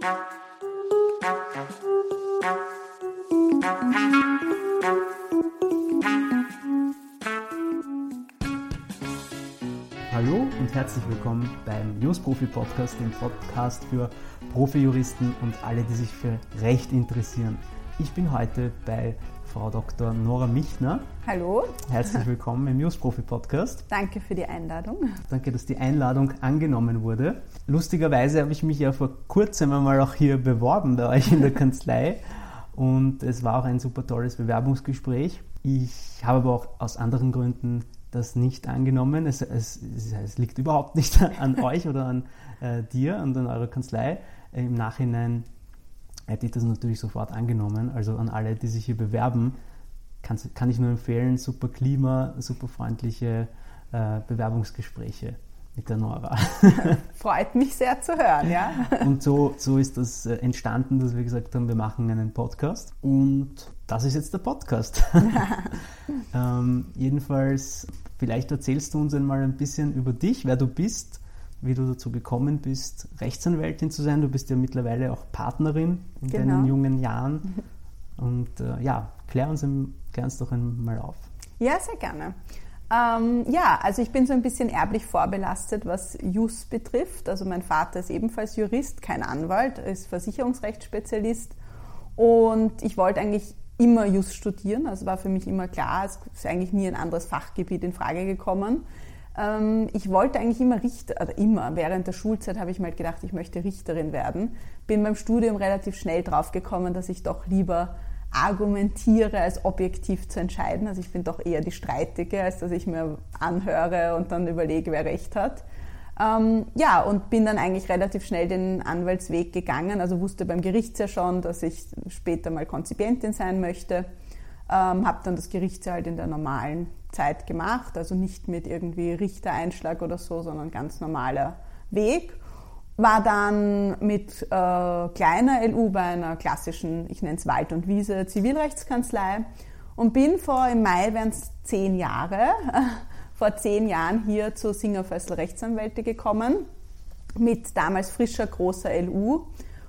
Hallo und herzlich willkommen beim Jus-Profi-Podcast, dem Podcast für Profi-Juristen und alle, die sich für Recht interessieren. Ich bin heute bei Frau Dr. Nora Michner. Hallo. Herzlich willkommen im Jus-Profi-Podcast. Danke für die Einladung. Danke, dass die Einladung angenommen wurde. Lustigerweise habe ich mich ja vor kurzem einmal auch hier beworben bei euch in der Kanzlei und es war auch ein super tolles Bewerbungsgespräch. Ich habe aber auch aus anderen Gründen das nicht angenommen. Es liegt überhaupt nicht an euch oder an dir und an eurer Kanzlei. Im Nachhinein hätte ich das natürlich sofort angenommen. Also an alle, die sich hier bewerben, kann ich nur empfehlen, super Klima, super freundliche Bewerbungsgespräche mit der Nora. Freut mich sehr zu hören, ja. Und so ist das entstanden, dass wir gesagt haben, wir machen einen Podcast. Und das ist jetzt der Podcast. Jedenfalls, vielleicht erzählst du uns einmal ein bisschen über dich, wer du bist, wie du dazu gekommen bist, Rechtsanwältin zu sein. Du bist ja mittlerweile auch Partnerin in deinen jungen Jahren. Und klär uns doch einmal auf. Ja, sehr gerne. Also ich bin so ein bisschen erblich vorbelastet, was Jus betrifft. Also mein Vater ist ebenfalls Jurist, kein Anwalt, ist Versicherungsrechtsspezialist. Und ich wollte eigentlich immer Jus studieren. Also war für mich immer klar, es ist eigentlich nie ein anderes Fachgebiet in Frage gekommen. Ich wollte eigentlich während der Schulzeit habe ich mal gedacht, ich möchte Richterin werden. Bin beim Studium relativ schnell drauf gekommen, dass ich doch lieber argumentiere, als objektiv zu entscheiden. Also ich bin doch eher die Streitige, als dass ich mir anhöre und dann überlege, wer Recht hat. Und bin dann eigentlich relativ schnell den Anwaltsweg gegangen. Also wusste beim Gerichtsjahr schon, dass ich später mal Konzipientin sein möchte. Habe dann das Gerichtsjahr halt in der normalen Zeit gemacht, also nicht mit irgendwie Richtereinschlag oder so, sondern ganz normaler Weg. War dann mit kleiner LU bei einer klassischen, ich nenne es Wald- und Wiese, Zivilrechtskanzlei und bin im Mai wären es 10 Jahre, vor 10 Jahren hier zu Singer-Fössl Rechtsanwälte gekommen, mit damals frischer, großer LU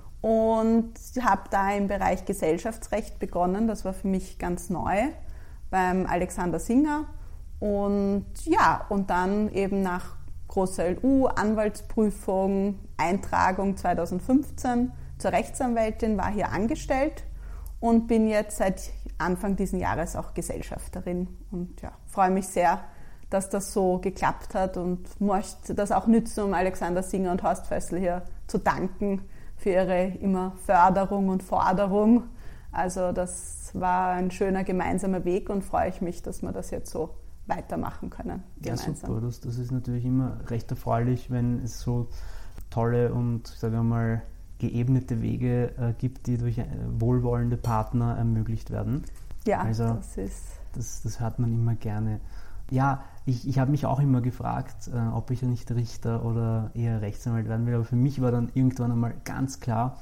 und habe da im Bereich Gesellschaftsrecht begonnen. Das war für mich ganz neu beim Alexander Singer und dann eben nach großer LU, Anwaltsprüfung, Eintragung 2015 zur Rechtsanwältin, war hier angestellt und bin jetzt seit Anfang dieses Jahres auch Gesellschafterin und freue mich sehr, dass das so geklappt hat und möchte das auch nützen, um Alexander Singer und Horst Fössl hier zu danken für ihre immer Förderung und Forderung. Also das war ein schöner gemeinsamer Weg und freue ich mich, dass wir das jetzt so weitermachen können. Gemeinsam. Ja, super. Das ist natürlich immer recht erfreulich, wenn es so tolle und, sagen wir mal, geebnete Wege gibt, die durch wohlwollende Partner ermöglicht werden. Ja, also, das hört man immer gerne. Ja, ich habe mich auch immer gefragt, ob ich ja nicht Richter oder eher Rechtsanwalt werden will, aber für mich war dann irgendwann einmal ganz klar,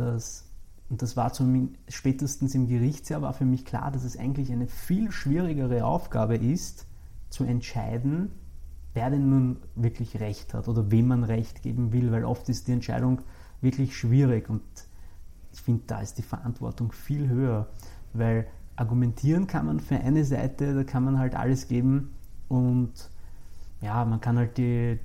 und das war spätestens im Gerichtsjahr, war für mich klar, dass es eigentlich eine viel schwierigere Aufgabe ist, zu entscheiden, wer denn nun wirklich Recht hat oder wem man Recht geben will, weil oft ist die Entscheidung wirklich schwierig und ich finde, da ist die Verantwortung viel höher, weil argumentieren kann man für eine Seite, da kann man halt alles geben und man kann halt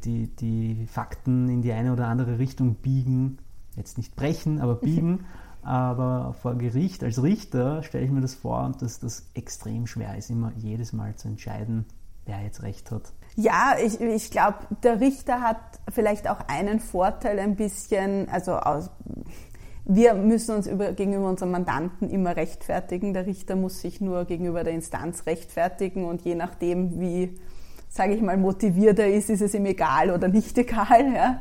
die Fakten in die eine oder andere Richtung biegen, jetzt nicht brechen, aber biegen. Aber vor Gericht, als Richter, stelle ich mir das vor, dass das extrem schwer ist, immer jedes Mal zu entscheiden, wer jetzt Recht hat. Ja, ich glaube, der Richter hat vielleicht auch einen Vorteil ein bisschen, wir müssen uns gegenüber unserem Mandanten immer rechtfertigen. Der Richter muss sich nur gegenüber der Instanz rechtfertigen und je nachdem, wie, sage ich mal, motiviert er ist es ihm egal oder nicht egal, ja.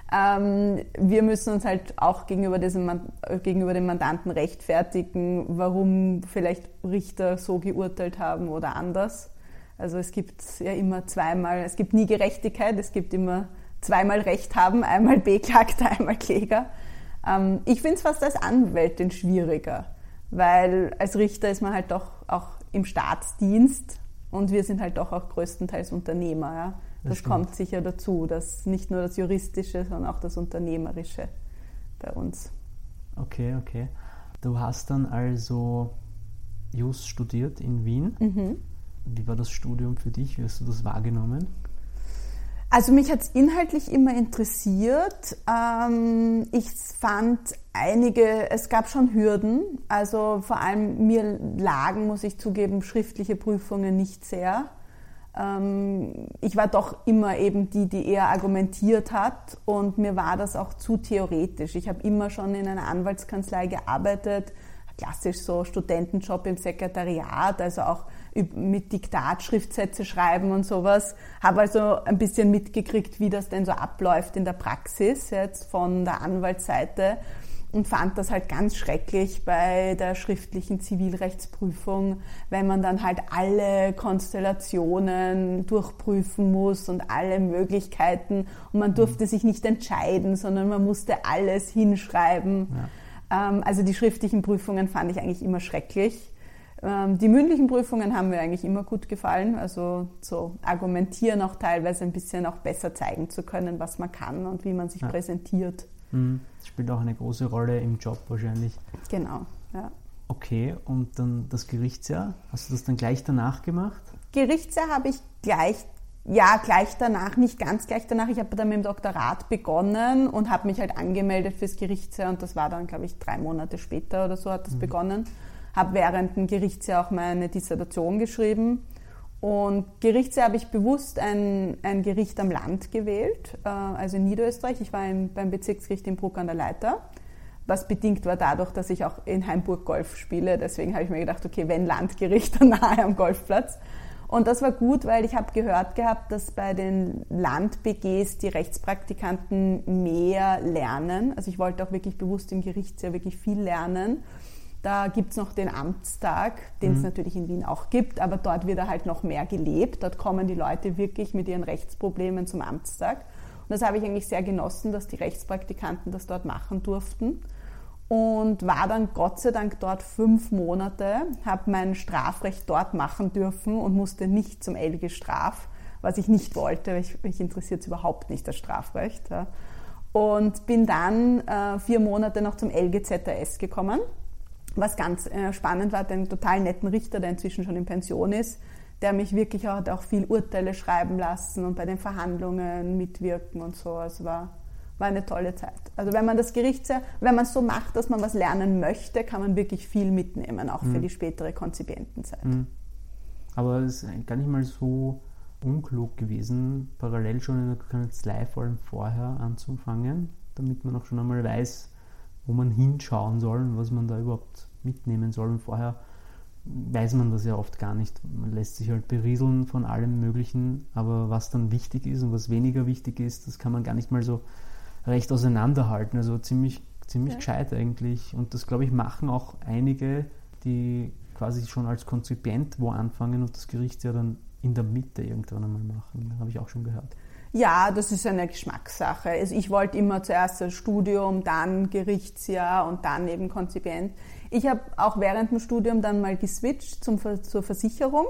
Wir müssen uns halt auch gegenüber dem Mandanten rechtfertigen, warum vielleicht Richter so geurteilt haben oder anders. Also es gibt ja immer es gibt nie Gerechtigkeit, es gibt immer zweimal Recht haben, einmal Beklagter, einmal Kläger. Ich finde es fast als Anwältin schwieriger, weil als Richter ist man halt doch auch im Staatsdienst und wir sind halt doch auch größtenteils Unternehmer, ja. Das kommt sicher dazu, dass nicht nur das Juristische, sondern auch das Unternehmerische bei uns Okay. Du hast dann also Jus studiert in Wien. Mhm. Wie war das Studium für dich? Wie hast du das wahrgenommen? Also mich hat es inhaltlich immer interessiert. Ich fand es gab schon Hürden. Also vor allem mir lagen, muss ich zugeben, schriftliche Prüfungen nicht sehr. Ich war doch immer eben die eher argumentiert hat, und mir war das auch zu theoretisch. Ich habe immer schon in einer Anwaltskanzlei gearbeitet, klassisch so Studentenjob im Sekretariat, also auch mit Diktat Schriftsätze schreiben und sowas. Habe also ein bisschen mitgekriegt, wie das denn so abläuft in der Praxis jetzt von der Anwaltsseite, und fand das halt ganz schrecklich bei der schriftlichen Zivilrechtsprüfung, wenn man dann halt alle Konstellationen durchprüfen muss und alle Möglichkeiten, und man durfte sich nicht entscheiden, sondern man musste alles hinschreiben. Ja. Also die schriftlichen Prüfungen fand ich eigentlich immer schrecklich. Die mündlichen Prüfungen haben mir eigentlich immer gut gefallen, also so argumentieren auch teilweise ein bisschen auch besser zeigen zu können, was man kann und wie man sich präsentiert. Das spielt auch eine große Rolle im Job wahrscheinlich. Genau, ja. Okay, und dann das Gerichtsjahr, hast du das dann gleich danach gemacht? Gerichtsjahr habe ich gleich danach, nicht ganz gleich danach. Ich habe dann mit dem Doktorat begonnen und habe mich halt angemeldet fürs Gerichtsjahr, und das war dann, glaube ich, 3 Monate später oder so hat das begonnen. Habe während dem Gerichtsjahr auch meine Dissertation geschrieben. Und Gerichtsjahr habe ich bewusst ein Gericht am Land gewählt, also in Niederösterreich. Ich war beim Bezirksgericht in Bruck an der Leiter, was bedingt war dadurch, dass ich auch in Heimburg Golf spiele. Deswegen habe ich mir gedacht, okay, wenn Landgericht, dann nahe am Golfplatz. Und das war gut, weil ich habe gehört gehabt, dass bei den Land-BGs die Rechtspraktikanten mehr lernen. Also ich wollte auch wirklich bewusst im Gerichtsjahr wirklich viel lernen. Da gibt es noch den Amtstag, den es natürlich in Wien auch gibt, aber dort wird er halt noch mehr gelebt. Dort kommen die Leute wirklich mit ihren Rechtsproblemen zum Amtstag. Und das habe ich eigentlich sehr genossen, dass die Rechtspraktikanten das dort machen durften. Und war dann Gott sei Dank dort 5 Monate, habe mein Strafrecht dort machen dürfen und musste nicht zum LG Straf, was ich nicht wollte, weil mich interessiert es überhaupt nicht, das Strafrecht. Ja. Und bin dann 4 Monate noch zum LGZRS gekommen. Was ganz spannend war, den total netten Richter, der inzwischen schon in Pension ist, der mich wirklich hat auch viel Urteile schreiben lassen und bei den Verhandlungen mitwirken und so. Also war eine tolle Zeit. Also wenn man das Gerichtsjahr, wenn man es so macht, dass man was lernen möchte, kann man wirklich viel mitnehmen, auch für die spätere Konzipientenzeit. Aber es ist gar nicht mal so unklug gewesen, parallel schon in der Kanzlei vor allem vorher anzufangen, damit man auch schon einmal weiß, wo man hinschauen soll und was man da überhaupt mitnehmen soll. Und vorher weiß man das ja oft gar nicht. Man lässt sich halt berieseln von allem Möglichen, aber was dann wichtig ist und was weniger wichtig ist, das kann man gar nicht mal so recht auseinanderhalten. Also ziemlich gescheit eigentlich. Und das, glaube ich, machen auch einige, die quasi schon als Konzipient wo anfangen und das Gerichtsjahr dann in der Mitte irgendwann einmal machen. Habe ich auch schon gehört. Ja, das ist eine Geschmackssache. Also ich wollte immer zuerst das Studium, dann Gerichtsjahr und dann eben Konzipient. Ich habe auch während dem Studium dann mal geswitcht zur Versicherung.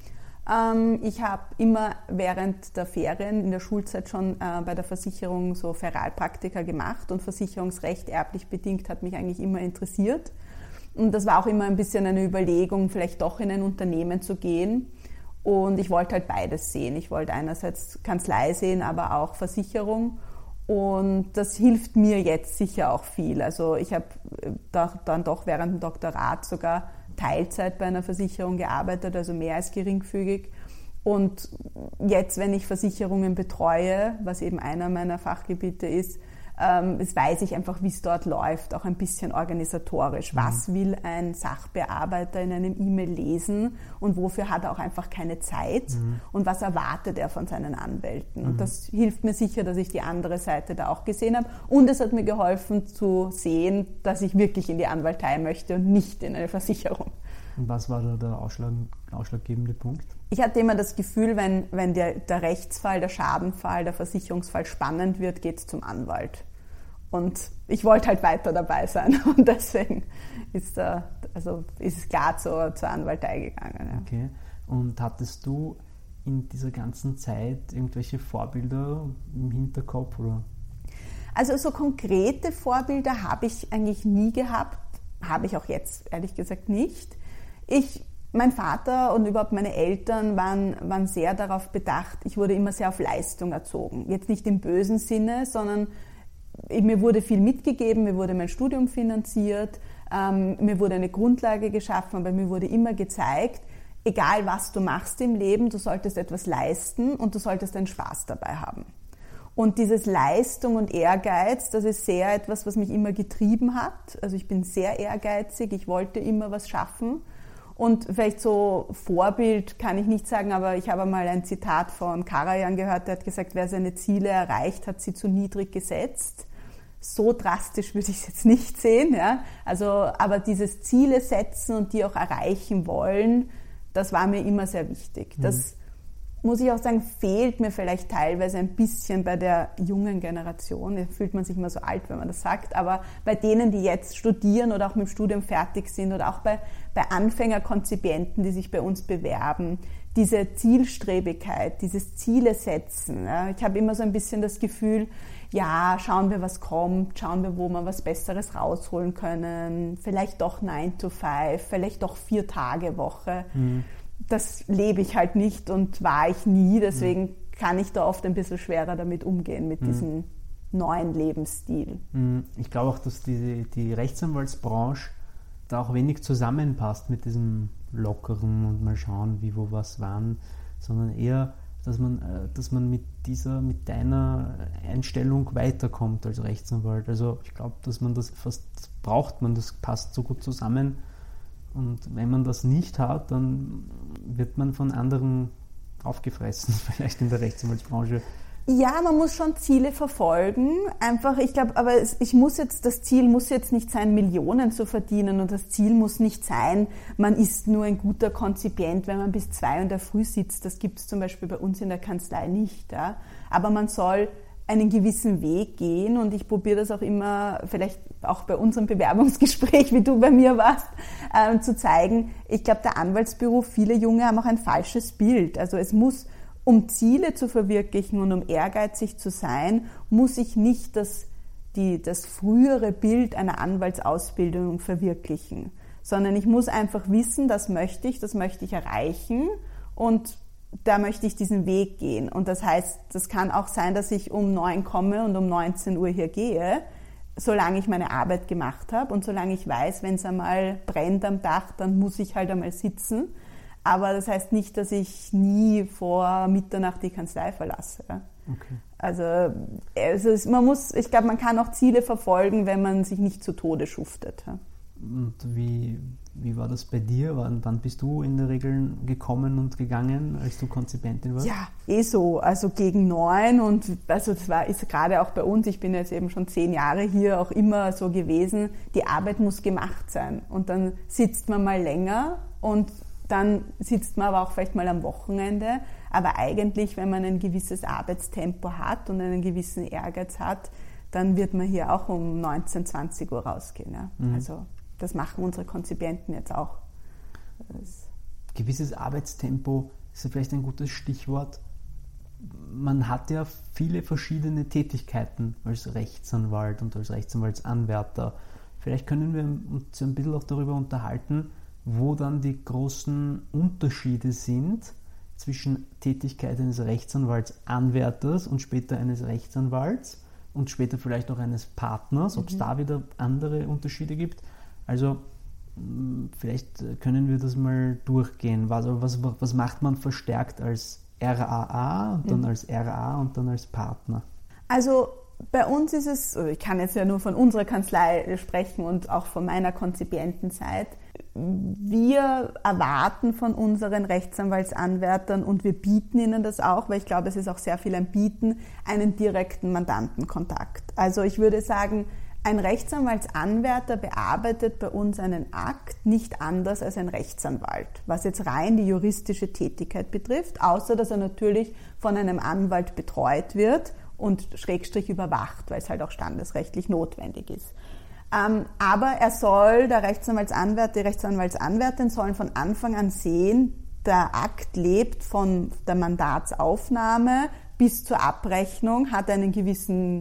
Ich habe immer während der Ferien in der Schulzeit schon bei der Versicherung so Feralpraktika gemacht, und Versicherungsrecht erblich bedingt hat mich eigentlich immer interessiert. Und das war auch immer ein bisschen eine Überlegung, vielleicht doch in ein Unternehmen zu gehen. Und ich wollte halt beides sehen. Ich wollte einerseits Kanzlei sehen, aber auch Versicherung. Und das hilft mir jetzt sicher auch viel. Also ich habe dann doch während dem Doktorat sogar Teilzeit bei einer Versicherung gearbeitet, also mehr als geringfügig. Und jetzt, wenn ich Versicherungen betreue, was eben einer meiner Fachgebiete ist, weiß ich einfach, wie es dort läuft, auch ein bisschen organisatorisch. Was will ein Sachbearbeiter in einem E-Mail lesen und wofür hat er auch einfach keine Zeit und was erwartet er von seinen Anwälten? Und das hilft mir sicher, dass ich die andere Seite da auch gesehen habe, und es hat mir geholfen zu sehen, dass ich wirklich in die Anwaltei möchte und nicht in eine Versicherung. Und was war da der ausschlaggebende Punkt? Ich hatte immer das Gefühl, wenn der Rechtsfall, der Schadenfall, der Versicherungsfall spannend wird, geht es zum Anwalt. Und ich wollte halt weiter dabei sein. Und deswegen ist es klar zur Anwaltei gegangen. Ja. Okay. Und hattest du in dieser ganzen Zeit irgendwelche Vorbilder im Hinterkopf? Oder? Also so konkrete Vorbilder habe ich eigentlich nie gehabt, habe ich auch jetzt ehrlich gesagt nicht. Mein Vater und überhaupt meine Eltern waren sehr darauf bedacht, ich wurde immer sehr auf Leistung erzogen. Jetzt nicht im bösen Sinne, sondern mir wurde viel mitgegeben, mir wurde mein Studium finanziert, mir wurde eine Grundlage geschaffen, aber mir wurde immer gezeigt, egal was du machst im Leben, du solltest etwas leisten und du solltest einen Spaß dabei haben. Und dieses Leistung und Ehrgeiz, das ist sehr etwas, was mich immer getrieben hat. Also ich bin sehr ehrgeizig, ich wollte immer was schaffen. Und vielleicht so Vorbild kann ich nicht sagen, aber ich habe mal ein Zitat von Karajan gehört, der hat gesagt, wer seine Ziele erreicht, hat sie zu niedrig gesetzt. So drastisch würde ich es jetzt nicht sehen, ja. Also, aber dieses Ziele setzen und die auch erreichen wollen, das war mir immer sehr wichtig. Das muss ich auch sagen, fehlt mir vielleicht teilweise ein bisschen bei der jungen Generation. Da fühlt man sich immer so alt, wenn man das sagt. Aber bei denen, die jetzt studieren oder auch mit dem Studium fertig sind oder auch bei Anfängerkonzipienten, die sich bei uns bewerben, diese Zielstrebigkeit, dieses Ziele setzen. Ja. Ich habe immer so ein bisschen das Gefühl, ja, schauen wir, was kommt, schauen wir, wo wir was Besseres rausholen können. Vielleicht doch 9 to 5, vielleicht doch 4-Tage-Woche. Das lebe ich halt nicht und war ich nie, deswegen kann ich da oft ein bisschen schwerer damit umgehen, mit diesem neuen Lebensstil. Ich glaube auch, dass die Rechtsanwaltsbranche da auch wenig zusammenpasst mit diesem Lockeren und mal schauen, wie, wo, was, wann, sondern eher, dass man mit deiner Einstellung weiterkommt als Rechtsanwalt. Also ich glaube, dass man das braucht, das passt so gut zusammen. Und wenn man das nicht hat, dann wird man von anderen aufgefressen, vielleicht in der Rechtsanwaltsbranche. Ja, man muss schon Ziele verfolgen. Einfach, ich glaube, aber das Ziel muss jetzt nicht sein, Millionen zu verdienen, und das Ziel muss nicht sein, man ist nur ein guter Konzipient, wenn man bis 2 in der Früh sitzt. Das gibt es zum Beispiel bei uns in der Kanzlei nicht. Ja. Aber man soll einen gewissen Weg gehen, und ich probiere das auch immer, vielleicht auch bei unserem Bewerbungsgespräch, wie du bei mir warst, zu zeigen. Ich glaube, der Anwaltsberuf, viele Junge haben auch ein falsches Bild. Also es muss, um Ziele zu verwirklichen und um ehrgeizig zu sein, muss ich nicht das frühere Bild einer Anwaltsausbildung verwirklichen, sondern ich muss einfach wissen, das möchte ich erreichen, und da möchte ich diesen Weg gehen. Und das heißt, das kann auch sein, dass ich um 9 komme und um 19 Uhr hier gehe, solange ich meine Arbeit gemacht habe und solange ich weiß, wenn es einmal brennt am Dach, dann muss ich halt einmal sitzen. Aber das heißt nicht, dass ich nie vor Mitternacht die Kanzlei verlasse. Okay. Also ich glaube, man kann auch Ziele verfolgen, wenn man sich nicht zu Tode schuftet. Und wie war das bei dir? Wann bist du in der Regel gekommen und gegangen, als du Konzipientin warst? Ja, so, also gegen 9, und also ist gerade auch bei uns, ich bin jetzt eben schon 10 Jahre hier, auch immer so gewesen, die Arbeit muss gemacht sein, und dann sitzt man mal länger und dann sitzt man aber auch vielleicht mal am Wochenende, aber eigentlich, wenn man ein gewisses Arbeitstempo hat und einen gewissen Ehrgeiz hat, dann wird man hier auch um 19, 20 Uhr rausgehen. Ja. Also das machen unsere Konzipienten jetzt auch. Gewisses Arbeitstempo ist ja vielleicht ein gutes Stichwort. Man hat ja viele verschiedene Tätigkeiten als Rechtsanwalt und als Rechtsanwaltsanwärter. Vielleicht können wir uns ein bisschen auch darüber unterhalten, wo dann die großen Unterschiede sind zwischen Tätigkeit eines Rechtsanwaltsanwärters und später eines Rechtsanwalts und später vielleicht auch eines Partners, ob es da wieder andere Unterschiede gibt. Also vielleicht können wir das mal durchgehen. Was macht man verstärkt als RAA und dann als RA und dann als Partner? Also bei uns ist es, ich kann jetzt ja nur von unserer Kanzlei sprechen und auch von meiner Konzipientenzeit, wir erwarten von unseren Rechtsanwaltsanwärtern, und wir bieten ihnen das auch, weil ich glaube, es ist auch sehr viel ein Bieten, einen direkten Mandantenkontakt. Also ich würde sagen, ein Rechtsanwaltsanwärter bearbeitet bei uns einen Akt nicht anders als ein Rechtsanwalt, was jetzt rein die juristische Tätigkeit betrifft, außer dass er natürlich von einem Anwalt betreut wird und / überwacht, weil es halt auch standesrechtlich notwendig ist. Aber der Rechtsanwaltsanwalt, die Rechtsanwaltsanwärtin sollen von Anfang an sehen, der Akt lebt von der Mandatsaufnahme bis zur Abrechnung, hat einen gewissen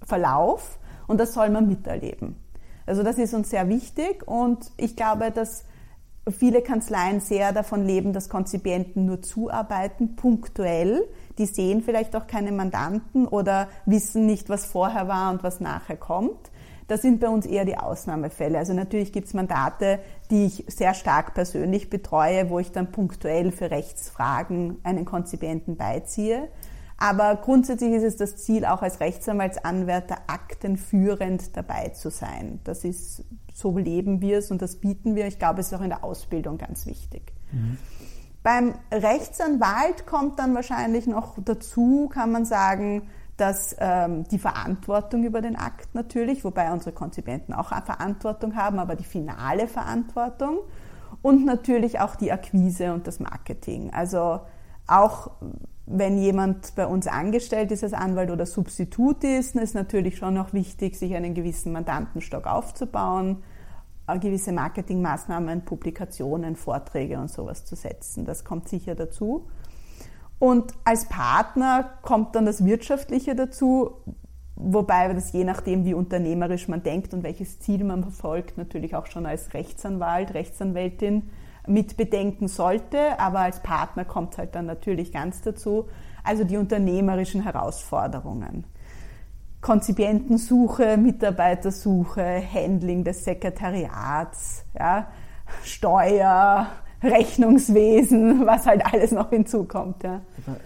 Verlauf und das soll man miterleben. Also das ist uns sehr wichtig und ich glaube, dass viele Kanzleien sehr davon leben, dass Konzipienten nur zuarbeiten, punktuell. Die sehen vielleicht auch keine Mandanten oder wissen nicht, was vorher war und was nachher kommt. Das sind bei uns eher die Ausnahmefälle. Also natürlich gibt es Mandate, die ich sehr stark persönlich betreue, wo ich dann punktuell für Rechtsfragen einen Konzipienten beiziehe. Aber grundsätzlich ist es das Ziel, auch als Rechtsanwaltsanwärter aktenführend dabei zu sein. Das ist, so leben wir es und das bieten wir. Ich glaube, es ist auch in der Ausbildung ganz wichtig. Mhm. Beim Rechtsanwalt kommt dann wahrscheinlich noch dazu, kann man sagen, dass die Verantwortung über den Akt natürlich, wobei unsere Konzipienten auch eine Verantwortung haben, aber die finale Verantwortung und natürlich auch die Akquise und das Marketing. Also auch wenn jemand bei uns angestellt ist als Anwalt oder Substitut ist natürlich schon noch wichtig, sich einen gewissen Mandantenstock aufzubauen, gewisse Marketingmaßnahmen, Publikationen, Vorträge und sowas zu setzen. Das kommt sicher dazu. Und als Partner kommt dann das Wirtschaftliche dazu, wobei das je nachdem, wie unternehmerisch man denkt und welches Ziel man verfolgt, natürlich auch schon als Rechtsanwalt, Rechtsanwältin mit bedenken sollte, aber als Partner kommt es halt dann natürlich ganz dazu. Also die unternehmerischen Herausforderungen. Konzipientensuche, Mitarbeitersuche, Handling des Sekretariats, ja, Steuer, Rechnungswesen, was halt alles noch hinzukommt. Ja.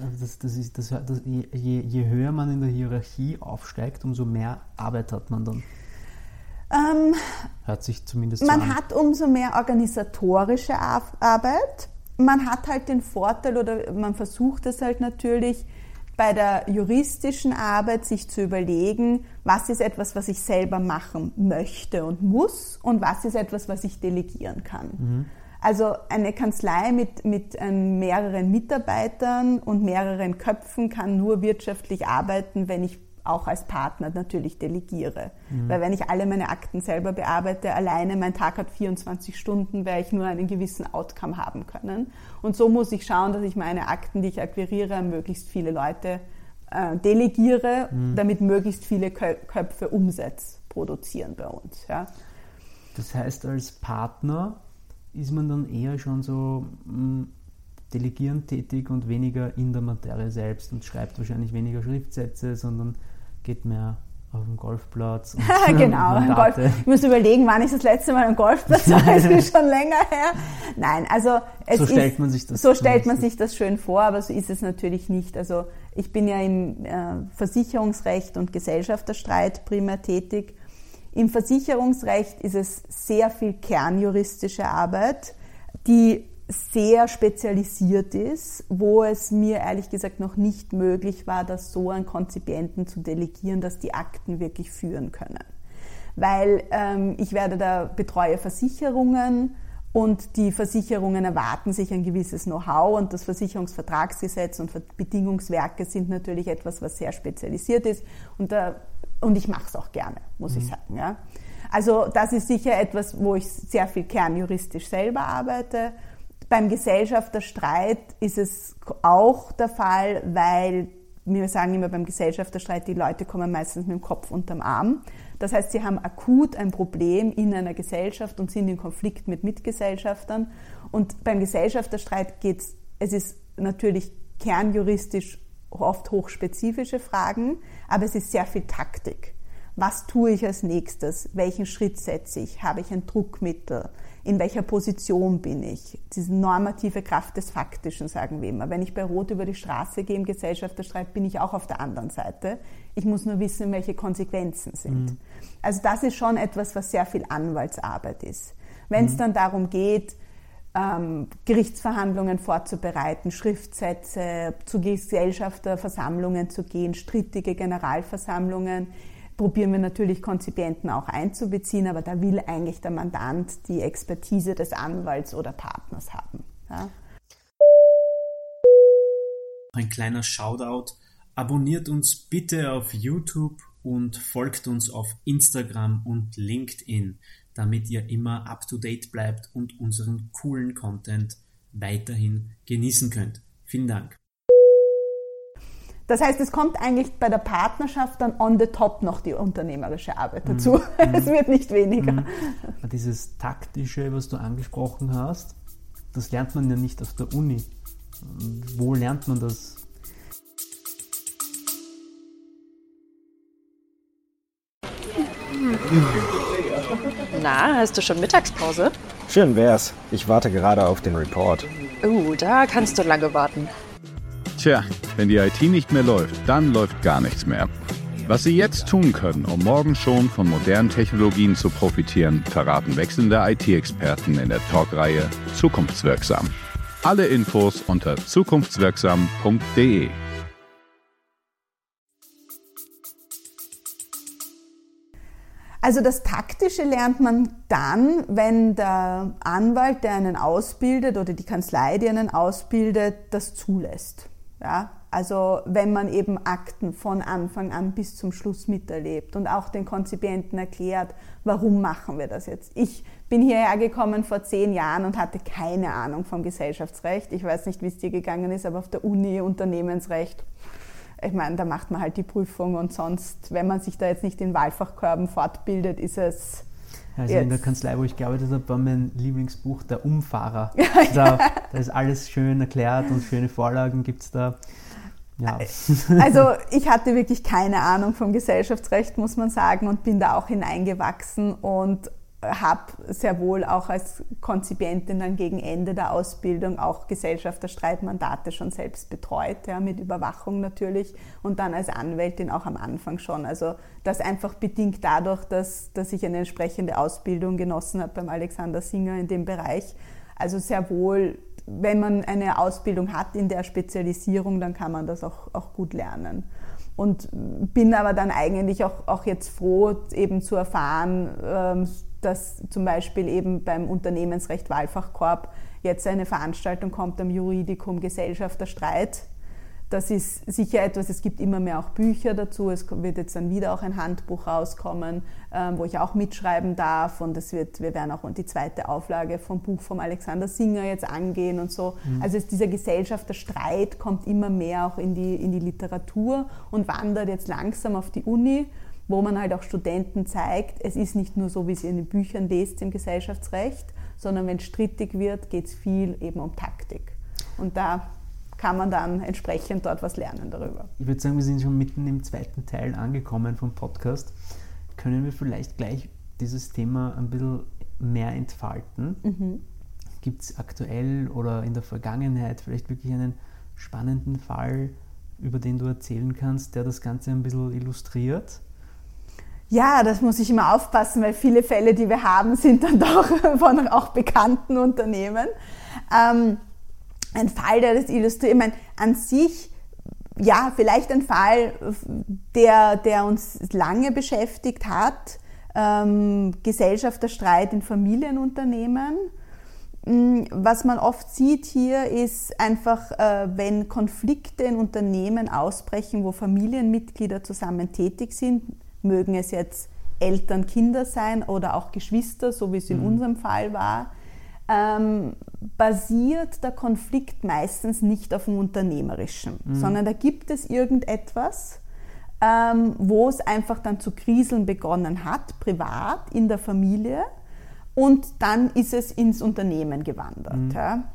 Je höher man in der Hierarchie aufsteigt, umso mehr Arbeit hat man dann. Hört sich zumindest so an. Man hat umso mehr organisatorische Arbeit. Man hat halt den Vorteil oder man versucht es halt natürlich bei der juristischen Arbeit sich zu überlegen, was ist etwas, was ich selber machen möchte und muss und was ist etwas, was ich delegieren kann. Mhm. Also eine Kanzlei mit mehreren Mitarbeitern und mehreren Köpfen kann nur wirtschaftlich arbeiten, wenn ich auch als Partner natürlich delegiere. Mhm. Weil wenn ich alle meine Akten selber bearbeite, alleine mein Tag hat 24 Stunden, werde ich nur einen gewissen Outcome haben können. Und so muss ich schauen, dass ich meine Akten, die ich akquiriere, an möglichst viele Leute delegiere, damit möglichst viele Köpfe Umsatz produzieren bei uns. Ja. Das heißt, als Partner ist man dann eher schon so delegierend tätig und weniger in der Materie selbst und schreibt wahrscheinlich weniger Schriftsätze, sondern geht mehr auf den Golfplatz. Und genau, Golf. Ich muss überlegen, wann ich das letzte Mal am Golfplatz war, das ist schon länger her. Nein, also so stellt man sich das schön vor, aber so ist es natürlich nicht. Also ich bin ja im Versicherungsrecht und Gesellschafterstreit primär tätig. Im Versicherungsrecht ist es sehr viel kernjuristische Arbeit, die sehr spezialisiert ist, wo es mir ehrlich gesagt noch nicht möglich war, das so an Konzipienten zu delegieren, dass die Akten wirklich führen können. Weil ich betreue Versicherungen und die Versicherungen erwarten sich ein gewisses Know-how und das Versicherungsvertragsgesetz und Bedingungswerke sind natürlich etwas, was sehr spezialisiert ist und ich mache es auch gerne, muss ich sagen. Ja. Also das ist sicher etwas, wo ich sehr viel kernjuristisch selber arbeite. Beim Gesellschafterstreit ist es auch der Fall, weil wir sagen immer beim Gesellschafterstreit, die Leute kommen meistens mit dem Kopf unterm Arm. Das heißt, sie haben akut ein Problem in einer Gesellschaft und sind in Konflikt mit Mitgesellschaftern. Und beim Gesellschafterstreit es ist natürlich kernjuristisch oft hochspezifische Fragen, aber es ist sehr viel Taktik. Was tue ich als nächstes? Welchen Schritt setze ich? Habe ich ein Druckmittel? In welcher Position bin ich? Diese normative Kraft des Faktischen, sagen wir immer. Wenn ich bei Rot über die Straße gehe im Gesellschafterstreit, bin ich auch auf der anderen Seite. Ich muss nur wissen, welche Konsequenzen sind. Mhm. Also das ist schon etwas, was sehr viel Anwaltsarbeit ist. Wenn es dann darum geht, Gerichtsverhandlungen vorzubereiten, Schriftsätze, zu Gesellschafterversammlungen zu gehen, strittige Generalversammlungen, probieren wir natürlich Konzipienten auch einzubeziehen, aber da will eigentlich der Mandant die Expertise des Anwalts oder Partners haben. Ja. Ein kleiner Shoutout. Abonniert uns bitte auf YouTube und folgt uns auf Instagram und LinkedIn, damit ihr immer up-to-date bleibt und unseren coolen Content weiterhin genießen könnt. Vielen Dank. Das heißt, es kommt eigentlich bei der Partnerschaft dann on the top noch die unternehmerische Arbeit dazu. Es wird nicht weniger. Dieses Taktische, was du angesprochen hast, das lernt man ja nicht auf der Uni. Wo lernt man das? Na, hast du schon Mittagspause? Schön wär's. Ich warte gerade auf den Report. Da kannst du lange warten. Tja, wenn die IT nicht mehr läuft, dann läuft gar nichts mehr. Was Sie jetzt tun können, um morgen schon von modernen Technologien zu profitieren, verraten wechselnde IT-Experten in der Talkreihe Zukunftswirksam. Alle Infos unter zukunftswirksam.de. Also das Taktische lernt man dann, wenn der Anwalt, der einen ausbildet, oder die Kanzlei, die einen ausbildet, das zulässt. Ja? Also wenn man eben Akten von Anfang an bis zum Schluss miterlebt und auch den Konzipienten erklärt, warum machen wir das jetzt. Ich bin hierher gekommen vor 10 Jahren und hatte keine Ahnung vom Gesellschaftsrecht. Ich weiß nicht, wie es dir gegangen ist, aber auf der Uni Unternehmensrecht, ich meine, da macht man halt die Prüfung und sonst, wenn man sich da jetzt nicht in Wahlfachkörben fortbildet, ist es... Also in der Kanzlei, wo ich gearbeitet habe, war mein Lieblingsbuch der Umfahrer. Da ist alles schön erklärt und schöne Vorlagen gibt es da. Ja. Also ich hatte wirklich keine Ahnung vom Gesellschaftsrecht, muss man sagen, und bin da auch hineingewachsen und habe sehr wohl auch als Konzipientin dann gegen Ende der Ausbildung auch Gesellschafterstreitmandate schon selbst betreut, ja, mit Überwachung natürlich, und dann als Anwältin auch am Anfang schon. Also das einfach bedingt dadurch, dass ich eine entsprechende Ausbildung genossen habe beim Alexander Singer in dem Bereich. Also sehr wohl, wenn man eine Ausbildung hat in der Spezialisierung, dann kann man das auch gut lernen. Und bin aber dann eigentlich auch jetzt froh, eben zu erfahren, dass zum Beispiel eben beim Unternehmensrecht Wahlfachkorb jetzt eine Veranstaltung kommt am Juridikum Gesellschafterstreit. Das ist sicher etwas, es gibt immer mehr auch Bücher dazu, es wird jetzt dann wieder auch ein Handbuch rauskommen, wo ich auch mitschreiben darf, und wir werden auch die 2. Auflage vom Buch vom Alexander Singer jetzt angehen und so. Also dieser Gesellschafterstreit kommt immer mehr auch in die Literatur und wandert jetzt langsam auf die Uni, wo man halt auch Studenten zeigt, es ist nicht nur so, wie sie in den Büchern lest im Gesellschaftsrecht, sondern wenn es strittig wird, geht es viel eben um Taktik. Und da kann man dann entsprechend dort was lernen darüber. Ich würde sagen, wir sind schon mitten im 2. Teil angekommen vom Podcast. Können wir vielleicht gleich dieses Thema ein bisschen mehr entfalten? Gibt es aktuell oder in der Vergangenheit vielleicht wirklich einen spannenden Fall, über den du erzählen kannst, der das Ganze ein bisschen illustriert? Ja, das muss ich immer aufpassen, weil viele Fälle, die wir haben, sind dann doch von auch bekannten Unternehmen. Ein Fall, der das illustriert, ich meine, an sich, ja, vielleicht ein Fall, der uns lange beschäftigt hat, Gesellschafterstreit in Familienunternehmen. Was man oft sieht hier ist einfach, wenn Konflikte in Unternehmen ausbrechen, wo Familienmitglieder zusammen tätig sind, mögen es jetzt Eltern, Kinder sein oder auch Geschwister, so wie es in unserem Fall war, basiert der Konflikt meistens nicht auf dem Unternehmerischen, sondern da gibt es irgendetwas, wo es einfach dann zu kriseln begonnen hat, privat, in der Familie, und dann ist es ins Unternehmen gewandert. Ja.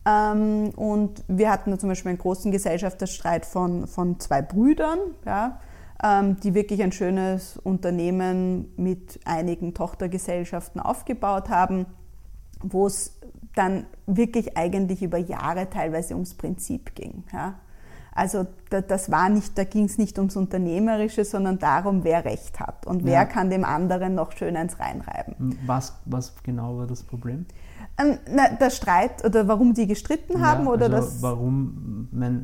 Und wir hatten da zum Beispiel einen großen Gesellschafterstreit von 2 Brüdern, ja, die wirklich ein schönes Unternehmen mit einigen Tochtergesellschaften aufgebaut haben, wo es dann wirklich eigentlich über Jahre teilweise ums Prinzip ging. Ja. Also da ging es nicht ums Unternehmerische, sondern darum, wer Recht hat und wer kann dem anderen noch schön eins reinreiben. Was genau war das Problem? Der Streit, oder warum die gestritten haben, oder also das... Warum,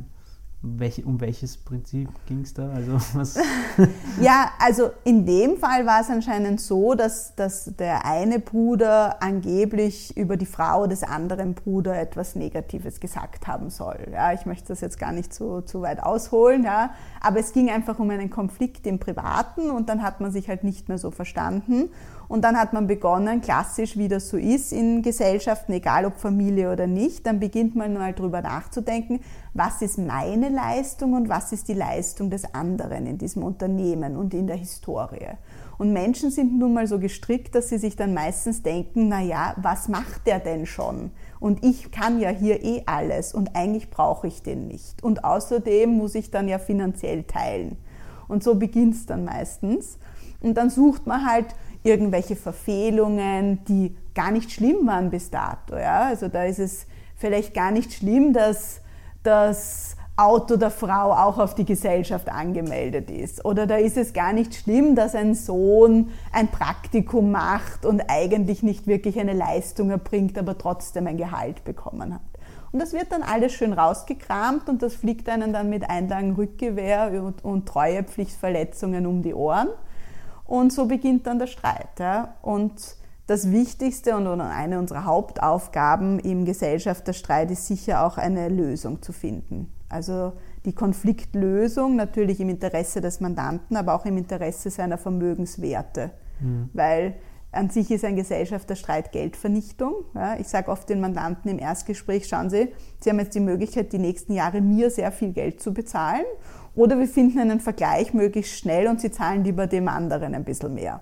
um welches Prinzip ging es da? Also was? Ja, also in dem Fall war es anscheinend so, dass der eine Bruder angeblich über die Frau des anderen Bruders etwas Negatives gesagt haben soll. Ja, ich möchte das jetzt gar nicht zu weit ausholen, ja, aber es ging einfach um einen Konflikt im Privaten und dann hat man sich halt nicht mehr so verstanden. Und dann hat man begonnen, klassisch wie das so ist in Gesellschaften, egal ob Familie oder nicht, dann beginnt man mal drüber nachzudenken, was ist meine Leistung und was ist die Leistung des anderen in diesem Unternehmen und in der Historie. Und Menschen sind nun mal so gestrickt, dass sie sich dann meistens denken, naja, was macht der denn schon? Und ich kann ja hier alles und eigentlich brauche ich den nicht. Und außerdem muss ich dann ja finanziell teilen. Und so beginnt es dann meistens. Und dann sucht man halt irgendwelche Verfehlungen, die gar nicht schlimm waren bis dato. Ja? Also da ist es vielleicht gar nicht schlimm, dass das Auto der Frau auch auf die Gesellschaft angemeldet ist. Oder da ist es gar nicht schlimm, dass ein Sohn ein Praktikum macht und eigentlich nicht wirklich eine Leistung erbringt, aber trotzdem ein Gehalt bekommen hat. Und das wird dann alles schön rausgekramt und das fliegt einen dann mit Einlagen Rückgewehr und Treuepflichtverletzungen um die Ohren. Und so beginnt dann der Streit. Ja. Und das Wichtigste und eine unserer Hauptaufgaben im Gesellschafterstreit ist sicher auch eine Lösung zu finden. Also die Konfliktlösung natürlich im Interesse des Mandanten, aber auch im Interesse seiner Vermögenswerte. Weil an sich ist ein Gesellschafterstreit Geldvernichtung. Ja, ich sage oft den Mandanten im Erstgespräch, schauen Sie, Sie haben jetzt die Möglichkeit, die nächsten Jahre mir sehr viel Geld zu bezahlen. Oder wir finden einen Vergleich möglichst schnell und Sie zahlen lieber dem anderen ein bisschen mehr.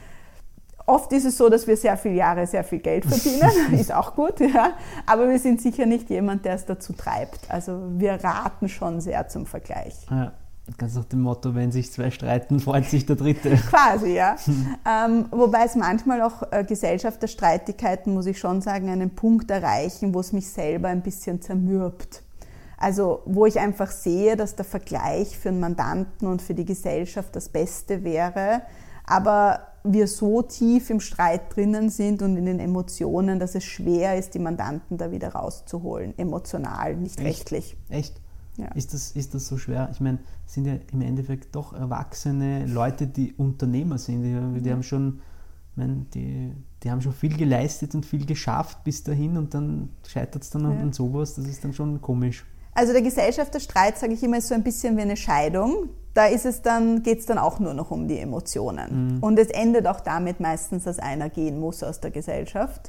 Oft ist es so, dass wir sehr viele Jahre sehr viel Geld verdienen, ist auch gut, ja. Aber wir sind sicher nicht jemand, der es dazu treibt. Also wir raten schon sehr zum Vergleich. Ja, ganz nach dem Motto, wenn sich zwei streiten, freut sich der Dritte. Quasi, ja. Wobei es manchmal auch Gesellschafterstreitigkeiten, muss ich schon sagen, einen Punkt erreichen, wo es mich selber ein bisschen zermürbt. Also wo ich einfach sehe, dass der Vergleich für den Mandanten und für die Gesellschaft das Beste wäre, aber wir so tief im Streit drinnen sind und in den Emotionen, dass es schwer ist, die Mandanten da wieder rauszuholen, emotional, nicht rechtlich. Echt? Ja. Ist das so schwer? Ich meine, es sind ja im Endeffekt doch erwachsene Leute, die Unternehmer sind, die haben schon, die haben schon viel geleistet und viel geschafft bis dahin und dann scheitert es dann an sowas, das ist dann schon komisch. Also der Gesellschafterstreit, sage ich immer, ist so ein bisschen wie eine Scheidung. Da geht es dann auch nur noch um die Emotionen. Und es endet auch damit meistens, dass einer gehen muss aus der Gesellschaft.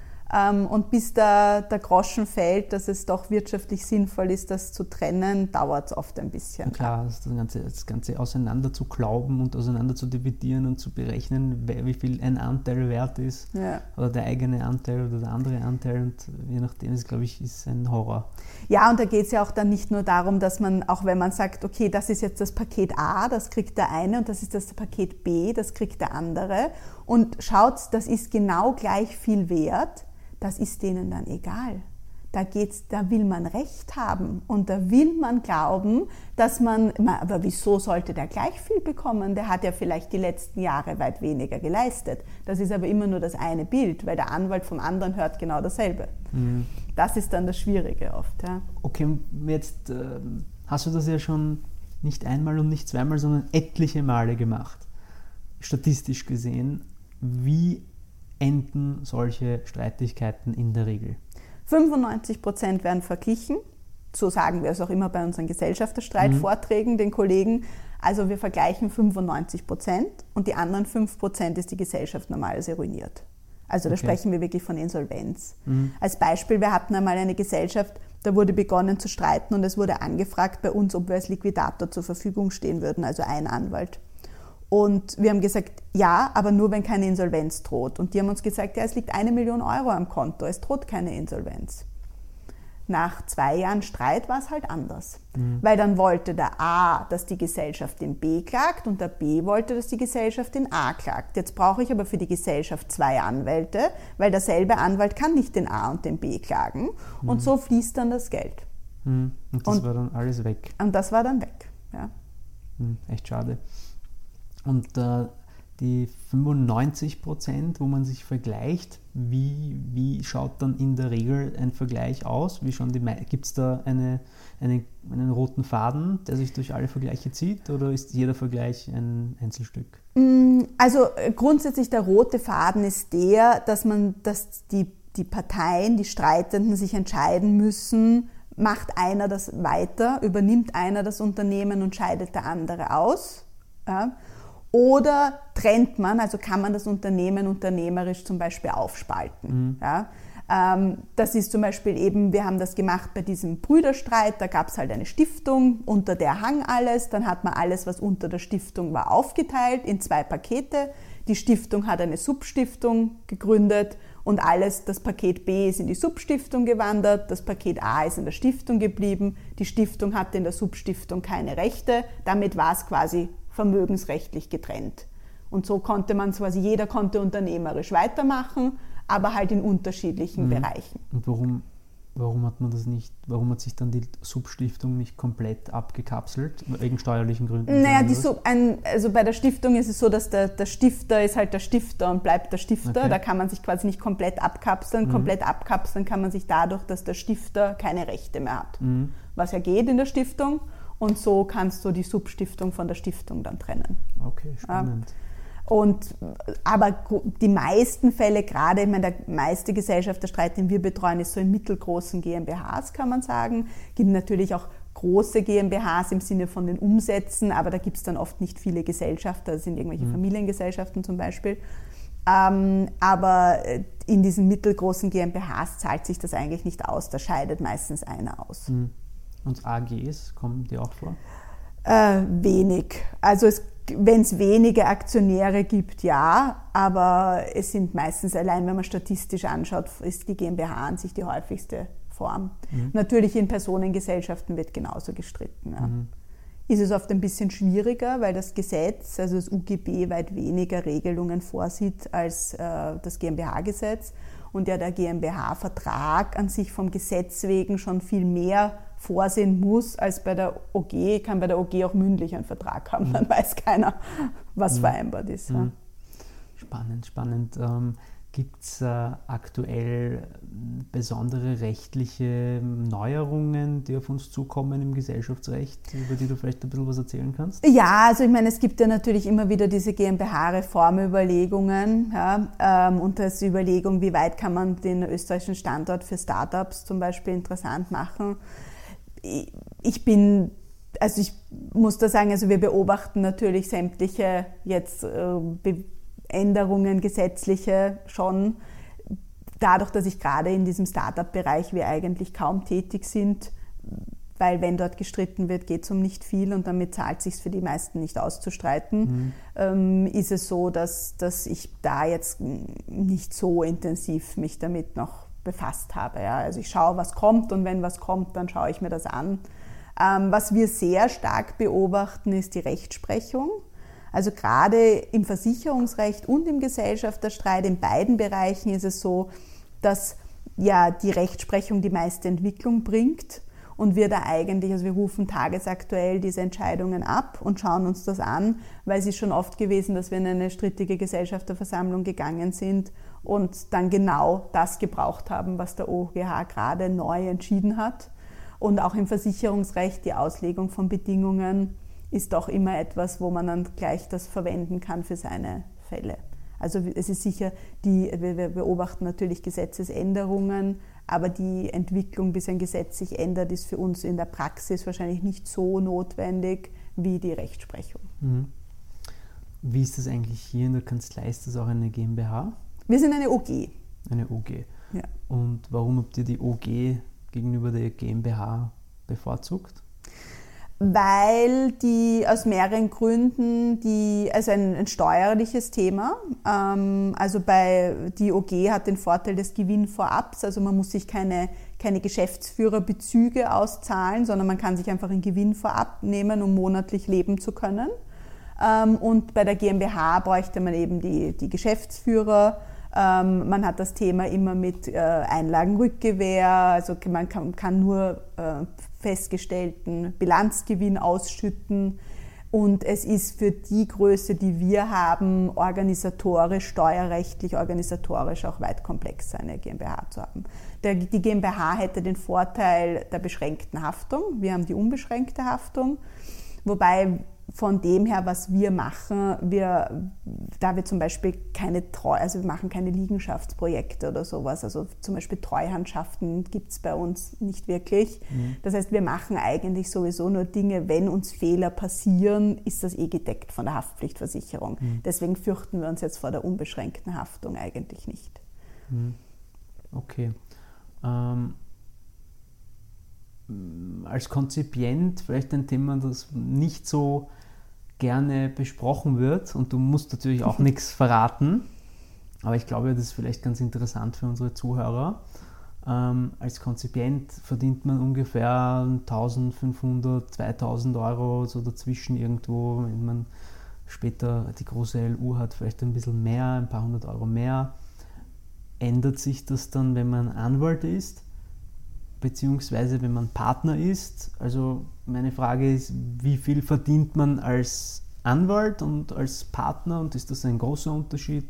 Und bis der Groschen fällt, dass es doch wirtschaftlich sinnvoll ist, das zu trennen, dauert es oft ein bisschen. Und klar, das Ganze auseinander zu glauben und auseinander zu dividieren und zu berechnen, wie viel ein Anteil wert ist, oder der eigene Anteil oder der andere Anteil, und je nachdem, ist, glaube ich, ist ein Horror. Ja, und da geht es ja auch dann nicht nur darum, dass man, auch wenn man sagt, okay, das ist jetzt das Paket A, das kriegt der eine, und das ist das Paket B, das kriegt der andere, und schaut, das ist genau gleich viel wert, das ist denen dann egal. Da will man Recht haben und da will man glauben, dass aber wieso sollte der gleich viel bekommen? Der hat ja vielleicht die letzten Jahre weit weniger geleistet. Das ist aber immer nur das eine Bild, weil der Anwalt vom anderen hört genau dasselbe. Das ist dann das Schwierige oft. Ja. Okay, jetzt hast du das ja schon nicht einmal und nicht zweimal, sondern etliche Male gemacht. Statistisch gesehen, wie enden solche Streitigkeiten in der Regel? 95% werden verglichen. So sagen wir es auch immer bei unseren Gesellschafterstreitvorträgen den Kollegen. Also wir vergleichen 95% und die anderen 5% ist die Gesellschaft normalerweise ruiniert. Also da sprechen wir wirklich von Insolvenz. Als Beispiel, wir hatten einmal eine Gesellschaft, da wurde begonnen zu streiten und es wurde angefragt bei uns, ob wir als Liquidator zur Verfügung stehen würden, also ein Anwalt. Und wir haben gesagt, ja, aber nur, wenn keine Insolvenz droht. Und die haben uns gesagt, ja, es liegt 1 Million Euro am Konto, es droht keine Insolvenz. Nach 2 Jahren Streit war es halt anders. Weil dann wollte der A, dass die Gesellschaft den B klagt und der B wollte, dass die Gesellschaft den A klagt. Jetzt brauche ich aber für die Gesellschaft 2 Anwälte, weil derselbe Anwalt kann nicht den A und den B klagen. Und so fließt dann das Geld. Und das war dann alles weg. Und das war dann weg, ja. Echt schade. Und die 95%, wo man sich vergleicht, wie schaut dann in der Regel ein Vergleich aus? Gibt es da einen roten Faden, der sich durch alle Vergleiche zieht, oder ist jeder Vergleich ein Einzelstück? Also grundsätzlich der rote Faden ist der, dass die Parteien, die Streitenden sich entscheiden müssen, macht einer das weiter, übernimmt einer das Unternehmen und scheidet der andere aus. Ja? Oder trennt man, also kann man das Unternehmen unternehmerisch zum Beispiel aufspalten. Ja? Das ist zum Beispiel eben, wir haben das gemacht bei diesem Brüderstreit, da gab es halt eine Stiftung, unter der hang alles, dann hat man alles, was unter der Stiftung war, aufgeteilt in 2 Pakete. Die Stiftung hat eine Substiftung gegründet und das Paket B ist in die Substiftung gewandert, das Paket A ist in der Stiftung geblieben, die Stiftung hatte in der Substiftung keine Rechte, damit war es quasi vermögensrechtlich getrennt. Und so konnte man quasi, jeder konnte unternehmerisch weitermachen, aber halt in unterschiedlichen Bereichen. Und warum hat man das nicht, warum hat sich dann die Substiftung nicht komplett abgekapselt, wegen steuerlichen Gründen? Naja, also bei der Stiftung ist es so, dass der Stifter ist halt der Stifter und bleibt der Stifter. Okay. Da kann man sich quasi nicht komplett abkapseln. Komplett abkapseln kann man sich dadurch, dass der Stifter keine Rechte mehr hat. Was ja geht in der Stiftung. Und so kannst du die Substiftung von der Stiftung dann trennen. Okay, spannend. Aber die meisten Fälle, gerade, ich meine, der meiste Gesellschafterstreit, den wir betreuen, ist so in mittelgroßen GmbHs, kann man sagen. Es gibt natürlich auch große GmbHs im Sinne von den Umsätzen, aber da gibt es dann oft nicht viele Gesellschafter, das sind irgendwelche Familiengesellschaften zum Beispiel. Aber in diesen mittelgroßen GmbHs zahlt sich das eigentlich nicht aus, da scheidet meistens einer aus. Und AGs, kommen die auch vor? Wenig. Also wenn es wenige Aktionäre gibt, ja, aber es sind meistens, allein wenn man statistisch anschaut, ist die GmbH an sich die häufigste Form. Natürlich in Personengesellschaften wird genauso gestritten. Ja. Ist es oft ein bisschen schwieriger, weil das Gesetz, also das UGB, weit weniger Regelungen vorsieht als das GmbH-Gesetz und ja der GmbH-Vertrag an sich vom Gesetz wegen schon viel mehr vorsehen muss als bei der OG. Ich kann bei der OG auch mündlich einen Vertrag haben, dann weiß keiner, was vereinbart ist. Ja. Spannend. Gibt es aktuell besondere rechtliche Neuerungen, die auf uns zukommen im Gesellschaftsrecht, über die du vielleicht ein bisschen was erzählen kannst? Ja, also ich meine, es gibt ja natürlich immer wieder diese GmbH-Reformüberlegungen, ja, und das Überlegung, wie weit kann man den österreichischen Standort für Startups zum Beispiel interessant machen. Ich muss da sagen, also wir beobachten natürlich sämtliche jetzt Änderungen, gesetzliche schon. Dadurch, dass ich gerade in diesem Startup-Bereich wir eigentlich kaum tätig sind, weil wenn dort gestritten wird, geht es um nicht viel und damit zahlt es sich für die meisten nicht auszustreiten, ist es so, dass ich da jetzt nicht so intensiv mich damit noch befasst habe. Ja. Also ich schaue, was kommt und wenn was kommt, dann schaue ich mir das an. Was wir sehr stark beobachten, ist die Rechtsprechung. Also gerade im Versicherungsrecht und im Gesellschafterstreit, in beiden Bereichen ist es so, dass ja die Rechtsprechung die meiste Entwicklung bringt und wir da eigentlich, also wir rufen tagesaktuell diese Entscheidungen ab und schauen uns das an, weil es ist schon oft gewesen, dass wir in eine strittige Gesellschafterversammlung gegangen sind und dann genau das gebraucht haben, was der OGH gerade neu entschieden hat. Und auch im Versicherungsrecht die Auslegung von Bedingungen ist doch immer etwas, wo man dann gleich das verwenden kann für seine Fälle. Also es ist sicher, wir beobachten natürlich Gesetzesänderungen, aber die Entwicklung, bis ein Gesetz sich ändert, ist für uns in der Praxis wahrscheinlich nicht so notwendig wie die Rechtsprechung. Wie ist das eigentlich hier in der Kanzlei? Ist das auch eine GmbH? Wir sind eine OG. Eine OG. Ja. Und warum habt ihr die OG gegenüber der GmbH bevorzugt? Weil die aus mehreren Gründen, also ein steuerliches Thema, also die OG hat den Vorteil des Gewinnvorabs, also man muss sich keine Geschäftsführerbezüge auszahlen, sondern man kann sich einfach einen Gewinn vorab nehmen, um monatlich leben zu können. Und bei der GmbH bräuchte man eben die Geschäftsführer. Man hat das Thema immer mit Einlagenrückgewähr, also man kann nur festgestellten Bilanzgewinn ausschütten und es ist für die Größe, die wir haben, steuerrechtlich organisatorisch auch weit komplexer, eine GmbH zu haben. Die GmbH hätte den Vorteil der beschränkten Haftung, wir haben die unbeschränkte Haftung, wobei von dem her, was wir machen, da wir zum Beispiel wir machen keine Liegenschaftsprojekte oder sowas, also zum Beispiel Treuhandschaften gibt es bei uns nicht wirklich. Das heißt, wir machen eigentlich sowieso nur Dinge, wenn uns Fehler passieren, ist das gedeckt von der Haftpflichtversicherung. Deswegen fürchten wir uns jetzt vor der unbeschränkten Haftung eigentlich nicht. Okay. Als Konzipient vielleicht ein Thema, das nicht so gerne besprochen wird und du musst natürlich auch nichts verraten, aber ich glaube, das ist vielleicht ganz interessant für unsere Zuhörer. Als Konzipient verdient man ungefähr 1.500, 2.000 Euro, so dazwischen irgendwo, wenn man später die große LU hat, vielleicht ein bisschen mehr, ein paar hundert Euro mehr. Ändert sich das dann, wenn man Anwalt ist? Beziehungsweise wenn man Partner ist. Also meine Frage ist, wie viel verdient man als Anwalt und als Partner und ist das ein großer Unterschied?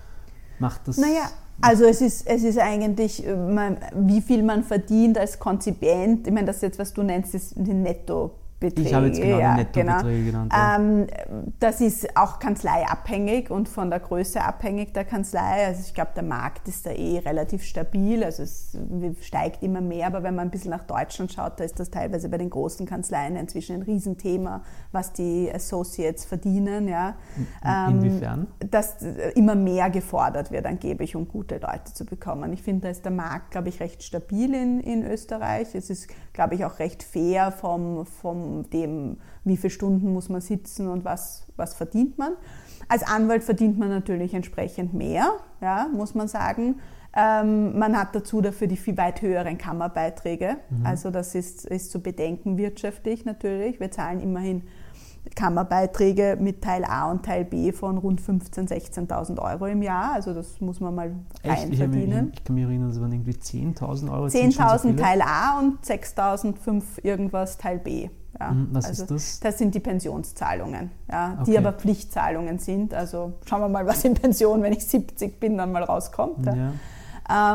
Macht das... Naja, also es ist eigentlich, wie viel man verdient als Konzipient. Ich meine, das ist jetzt, was du nennst, ist die Nettobeträge. Ich habe jetzt genau die Nettobeträge genannt. Ja. Das ist auch kanzleiabhängig und von der Größe abhängig der Kanzlei. Also ich glaube, der Markt ist da relativ stabil. Also es steigt immer mehr, aber wenn man ein bisschen nach Deutschland schaut, da ist das teilweise bei den großen Kanzleien inzwischen ein Riesenthema, was die Associates verdienen. Ja. Inwiefern? Dass immer mehr gefordert wird angeblich, um gute Leute zu bekommen. Ich finde, da ist der Markt, glaube ich, recht stabil in Österreich. Es ist, glaube ich, auch recht fair vom dem, wie viele Stunden muss man sitzen und was verdient man. Als Anwalt verdient man natürlich entsprechend mehr, ja, muss man sagen. Man hat dafür die viel weit höheren Kammerbeiträge. Also das ist zu bedenken wirtschaftlich natürlich. Wir zahlen immerhin Kammerbeiträge mit Teil A und Teil B von rund 15.000, 16.000 Euro im Jahr. Also das muss man mal verdienen. Ich kann mich erinnern, das waren irgendwie 10.000 Euro. 10.000 Teil A und 6.500 irgendwas Teil B. Ja. Was ist das? Das sind die Pensionszahlungen, ja, Okay. die aber Pflichtzahlungen sind. Also schauen wir mal, was in Pension, wenn ich 70 bin, dann mal rauskommt. Ja.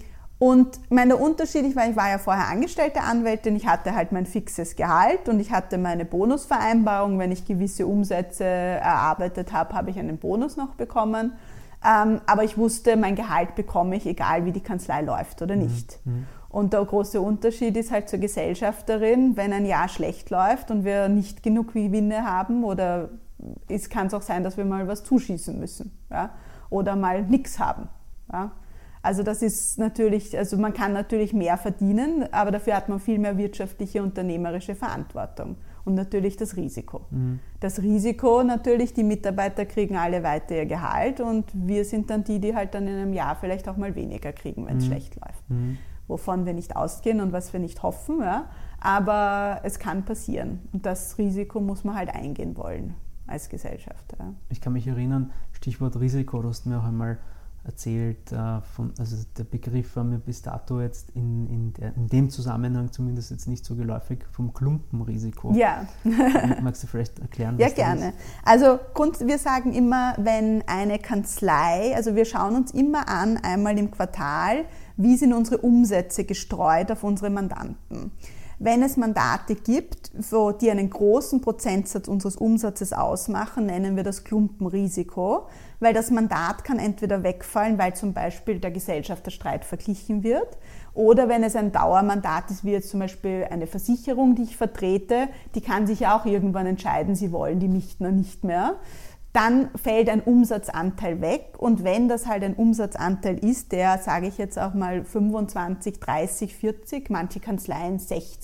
Und der Unterschied, ich war ja vorher angestellte Anwältin, ich hatte halt mein fixes Gehalt und ich hatte meine Bonusvereinbarung. Wenn ich gewisse Umsätze erarbeitet habe ich einen Bonus noch bekommen. Aber ich wusste, mein Gehalt bekomme ich, egal wie die Kanzlei läuft oder nicht. Und der große Unterschied ist halt zur Gesellschafterin, wenn ein Jahr schlecht läuft und wir nicht genug Gewinne haben oder kann es auch sein, dass wir mal was zuschießen müssen, ja? Oder mal nichts haben. Ja? Also das ist natürlich, also man kann natürlich mehr verdienen, aber dafür hat man viel mehr wirtschaftliche, unternehmerische Verantwortung und natürlich das Risiko. Das Risiko natürlich, die Mitarbeiter kriegen alle weiter ihr Gehalt und wir sind dann die halt dann in einem Jahr vielleicht auch mal weniger kriegen, wenn es schlecht läuft. Wovon wir nicht ausgehen und was wir nicht hoffen, ja? Aber es kann passieren und das Risiko muss man halt eingehen wollen als Gesellschaft. Ja. Ich kann mich erinnern, Stichwort Risiko, du hast mir auch einmal erzählt, also der Begriff war mir bis dato jetzt in dem Zusammenhang zumindest jetzt nicht so geläufig, vom Klumpenrisiko. Ja. Magst du vielleicht erklären, was ja, das gerne. ist? Also wir sagen immer, wenn eine Kanzlei, also wir schauen uns immer an, einmal im Quartal, wie sind unsere Umsätze gestreut auf unsere Mandanten. Wenn es Mandate gibt, die einen großen Prozentsatz unseres Umsatzes ausmachen, nennen wir das Klumpenrisiko, weil das Mandat kann entweder wegfallen, weil zum Beispiel der Gesellschafterstreit verglichen wird, oder wenn es ein Dauermandat ist, wie jetzt zum Beispiel eine Versicherung, die ich vertrete, die kann sich ja auch irgendwann entscheiden, sie wollen die nicht mehr. Dann fällt ein Umsatzanteil weg und wenn das halt ein Umsatzanteil ist, der, sage ich jetzt auch mal 25, 30, 40, manche Kanzleien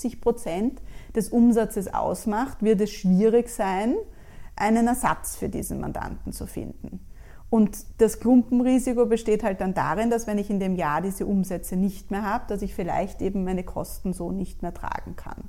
60% des Umsatzes ausmacht, wird es schwierig sein, einen Ersatz für diesen Mandanten zu finden. Und das Klumpenrisiko besteht halt dann darin, dass wenn ich in dem Jahr diese Umsätze nicht mehr habe, dass ich vielleicht eben meine Kosten so nicht mehr tragen kann.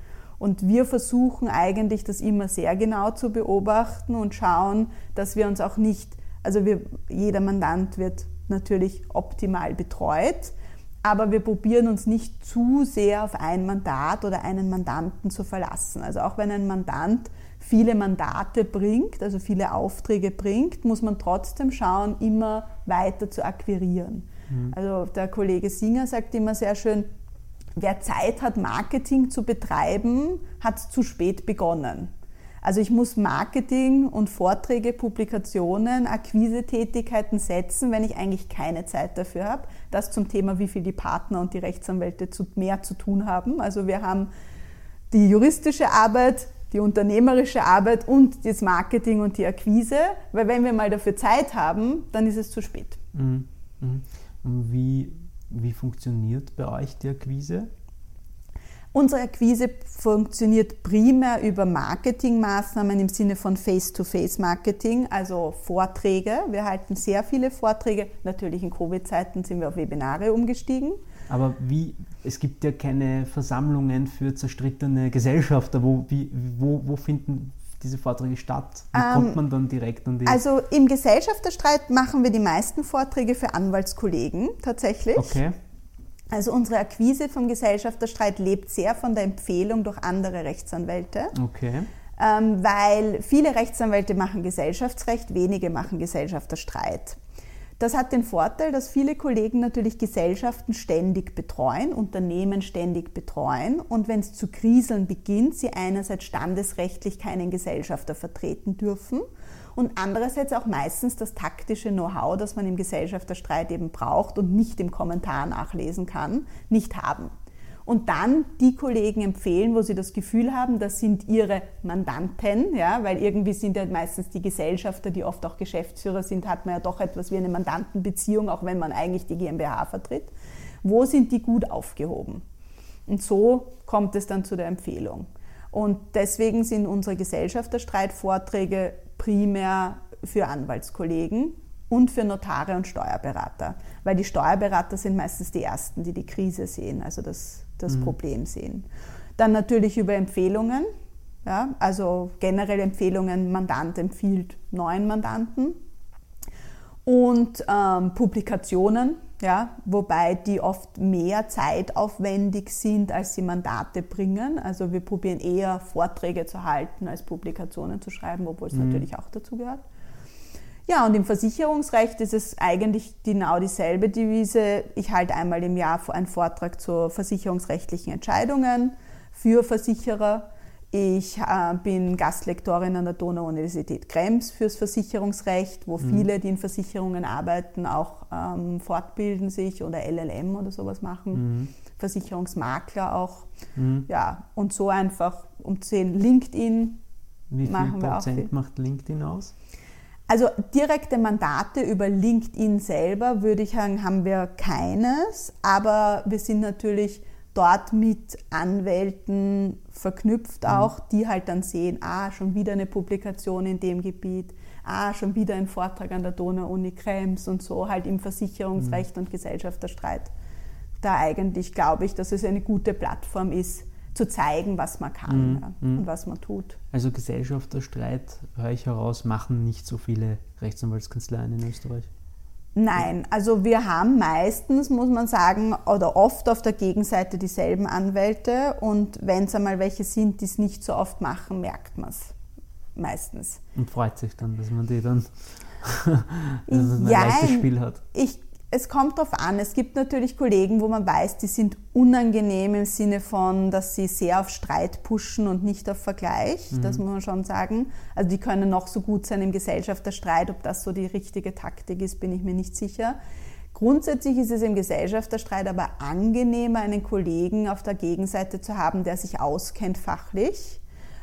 Und wir versuchen eigentlich, das immer sehr genau zu beobachten und schauen, dass wir uns auch nicht, also jeder Mandant wird natürlich optimal betreut, aber wir probieren uns nicht zu sehr auf ein Mandat oder einen Mandanten zu verlassen. Also auch wenn ein Mandant viele Mandate bringt, also viele Aufträge bringt, muss man trotzdem schauen, immer weiter zu akquirieren. Also der Kollege Singer sagt immer sehr schön, wer Zeit hat, Marketing zu betreiben, hat zu spät begonnen. Also ich muss Marketing und Vorträge, Publikationen, Akquisetätigkeiten setzen, wenn ich eigentlich keine Zeit dafür habe. Das zum Thema, wie viel die Partner und die Rechtsanwälte mehr zu tun haben. Also wir haben die juristische Arbeit, die unternehmerische Arbeit und das Marketing und die Akquise, weil wenn wir mal dafür Zeit haben, dann ist es zu spät. Und wie funktioniert bei euch die Akquise? Unsere Akquise funktioniert primär über Marketingmaßnahmen im Sinne von Face-to-Face-Marketing, also Vorträge. Wir halten sehr viele Vorträge. Natürlich in Covid-Zeiten sind wir auf Webinare umgestiegen. Aber es gibt ja keine Versammlungen für zerstrittene Gesellschafter. Wo finden diese Vorträge statt? Wie kommt man dann direkt an die? Also im Gesellschafterstreit machen wir die meisten Vorträge für Anwaltskollegen tatsächlich. Okay. Also unsere Akquise vom Gesellschafterstreit lebt sehr von der Empfehlung durch andere Rechtsanwälte. Okay. Weil viele Rechtsanwälte machen Gesellschaftsrecht, wenige machen Gesellschafterstreit. Das hat den Vorteil, dass viele Kollegen natürlich Gesellschaften ständig betreuen, Unternehmen ständig betreuen und wenn es zu kriseln beginnt, sie einerseits standesrechtlich keinen Gesellschafter vertreten dürfen und andererseits auch meistens das taktische Know-how, das man im Gesellschafterstreit eben braucht und nicht im Kommentar nachlesen kann, nicht haben. Und dann die Kollegen empfehlen, wo sie das Gefühl haben, das sind ihre Mandanten, ja, weil irgendwie sind ja meistens die Gesellschafter, die oft auch Geschäftsführer sind, hat man ja doch etwas wie eine Mandantenbeziehung, auch wenn man eigentlich die GmbH vertritt. Wo sind die gut aufgehoben? Und so kommt es dann zu der Empfehlung. Und deswegen sind unsere Gesellschafterstreitvorträge primär für Anwaltskollegen und für Notare und Steuerberater, weil die Steuerberater sind meistens die Ersten, die die Krise sehen, also das Problem sehen. Dann natürlich über Empfehlungen, ja, also generell Empfehlungen, Mandant empfiehlt neuen Mandanten und Publikationen, ja, wobei die oft mehr zeitaufwendig sind, als sie Mandate bringen. Also wir probieren eher Vorträge zu halten, als Publikationen zu schreiben, obwohl es natürlich auch dazu gehört. Ja, und im Versicherungsrecht ist es eigentlich genau dieselbe Devise. Ich halte einmal im Jahr einen Vortrag zu versicherungsrechtlichen Entscheidungen für Versicherer. Ich bin Gastlektorin an der Donau-Universität Krems fürs Versicherungsrecht, wo viele, die in Versicherungen arbeiten, auch fortbilden sich oder LLM oder sowas machen. Versicherungsmakler auch. Ja, und so einfach, um zu sehen, LinkedIn Wie machen viel wir auch Prozent viel. macht LinkedIn aus? Also direkte Mandate über LinkedIn selber, würde ich sagen, haben wir keines, aber wir sind natürlich dort mit Anwälten verknüpft auch, die halt dann sehen, schon wieder eine Publikation in dem Gebiet, schon wieder ein Vortrag an der Donau-Uni Krems und so halt im Versicherungsrecht und Gesellschafterstreit. Da eigentlich glaube ich, dass es eine gute Plattform ist, zu zeigen, was man kann und was man tut. Also Gesellschafterstreit, höre ich heraus, machen nicht so viele Rechtsanwaltskanzleien in Österreich? Nein, also wir haben meistens, muss man sagen, oder oft auf der Gegenseite dieselben Anwälte und wenn es einmal welche sind, die es nicht so oft machen, merkt man es meistens. Und freut sich dann, dass man die dann ein leichtes Spiel hat. Es kommt darauf an. Es gibt natürlich Kollegen, wo man weiß, die sind unangenehm im Sinne von, dass sie sehr auf Streit pushen und nicht auf Vergleich. Das muss man schon sagen. Also die können noch so gut sein im Gesellschafterstreit. Ob das so die richtige Taktik ist, bin ich mir nicht sicher. Grundsätzlich ist es im Gesellschafterstreit aber angenehmer, einen Kollegen auf der Gegenseite zu haben, der sich auskennt fachlich,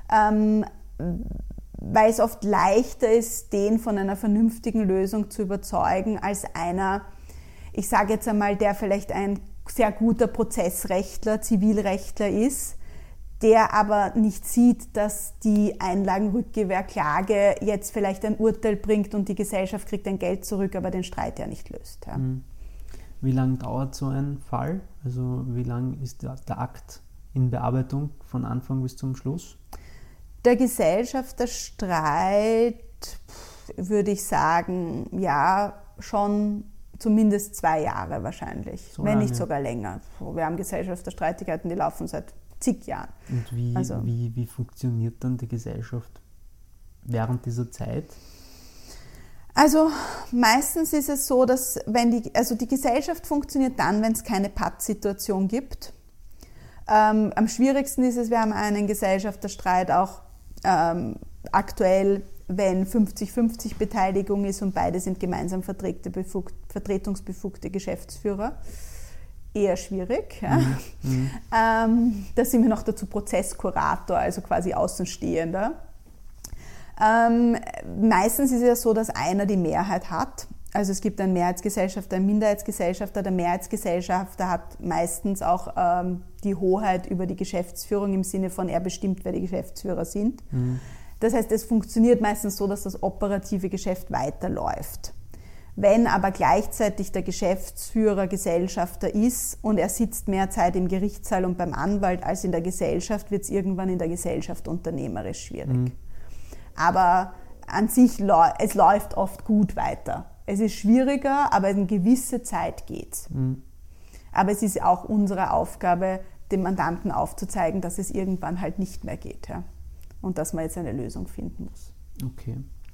weil es oft leichter ist, den von einer vernünftigen Lösung zu überzeugen, als einer, ich sage jetzt einmal, der vielleicht ein sehr guter Prozessrechtler, Zivilrechtler ist, der aber nicht sieht, dass die Einlagenrückgewehrklage jetzt vielleicht ein Urteil bringt und die Gesellschaft kriegt ein Geld zurück, aber den Streit ja nicht löst. Ja. Wie lange dauert so ein Fall? Also wie lang ist der Akt in Bearbeitung von Anfang bis zum Schluss? Der Gesellschafterstreit, würde ich sagen, ja, schon zumindest 2 Jahre wahrscheinlich, so wenn nicht sogar länger. Wir haben Gesellschafterstreitigkeiten, die laufen seit zig Jahren. Und wie funktioniert dann die Gesellschaft während dieser Zeit? Also meistens ist es so, dass die Gesellschaft funktioniert dann, wenn es keine Pattsituation gibt. Am schwierigsten ist es, wir haben einen Gesellschafterstreit auch aktuell, wenn 50-50 Beteiligung ist und beide sind gemeinsam vertretungsbefugte Geschäftsführer, eher schwierig. Ja. Da sind wir noch dazu Prozesskurator, also quasi Außenstehender. Meistens ist es ja so, dass einer die Mehrheit hat. Also es gibt einen Mehrheitsgesellschafter, einen Minderheitsgesellschafter. Der Mehrheitsgesellschafter hat meistens auch die Hoheit über die Geschäftsführung im Sinne von, er bestimmt, wer die Geschäftsführer sind. Das heißt, es funktioniert meistens so, dass das operative Geschäft weiterläuft. Wenn aber gleichzeitig der Geschäftsführer Gesellschafter ist und er sitzt mehr Zeit im Gerichtssaal und beim Anwalt als in der Gesellschaft, wird es irgendwann in der Gesellschaft unternehmerisch schwierig. Aber an sich, es läuft oft gut weiter. Es ist schwieriger, aber eine gewisse Zeit geht's. Aber es ist auch unsere Aufgabe, dem Mandanten aufzuzeigen, dass es irgendwann halt nicht mehr geht. Ja? Und dass man jetzt eine Lösung finden muss. Okay.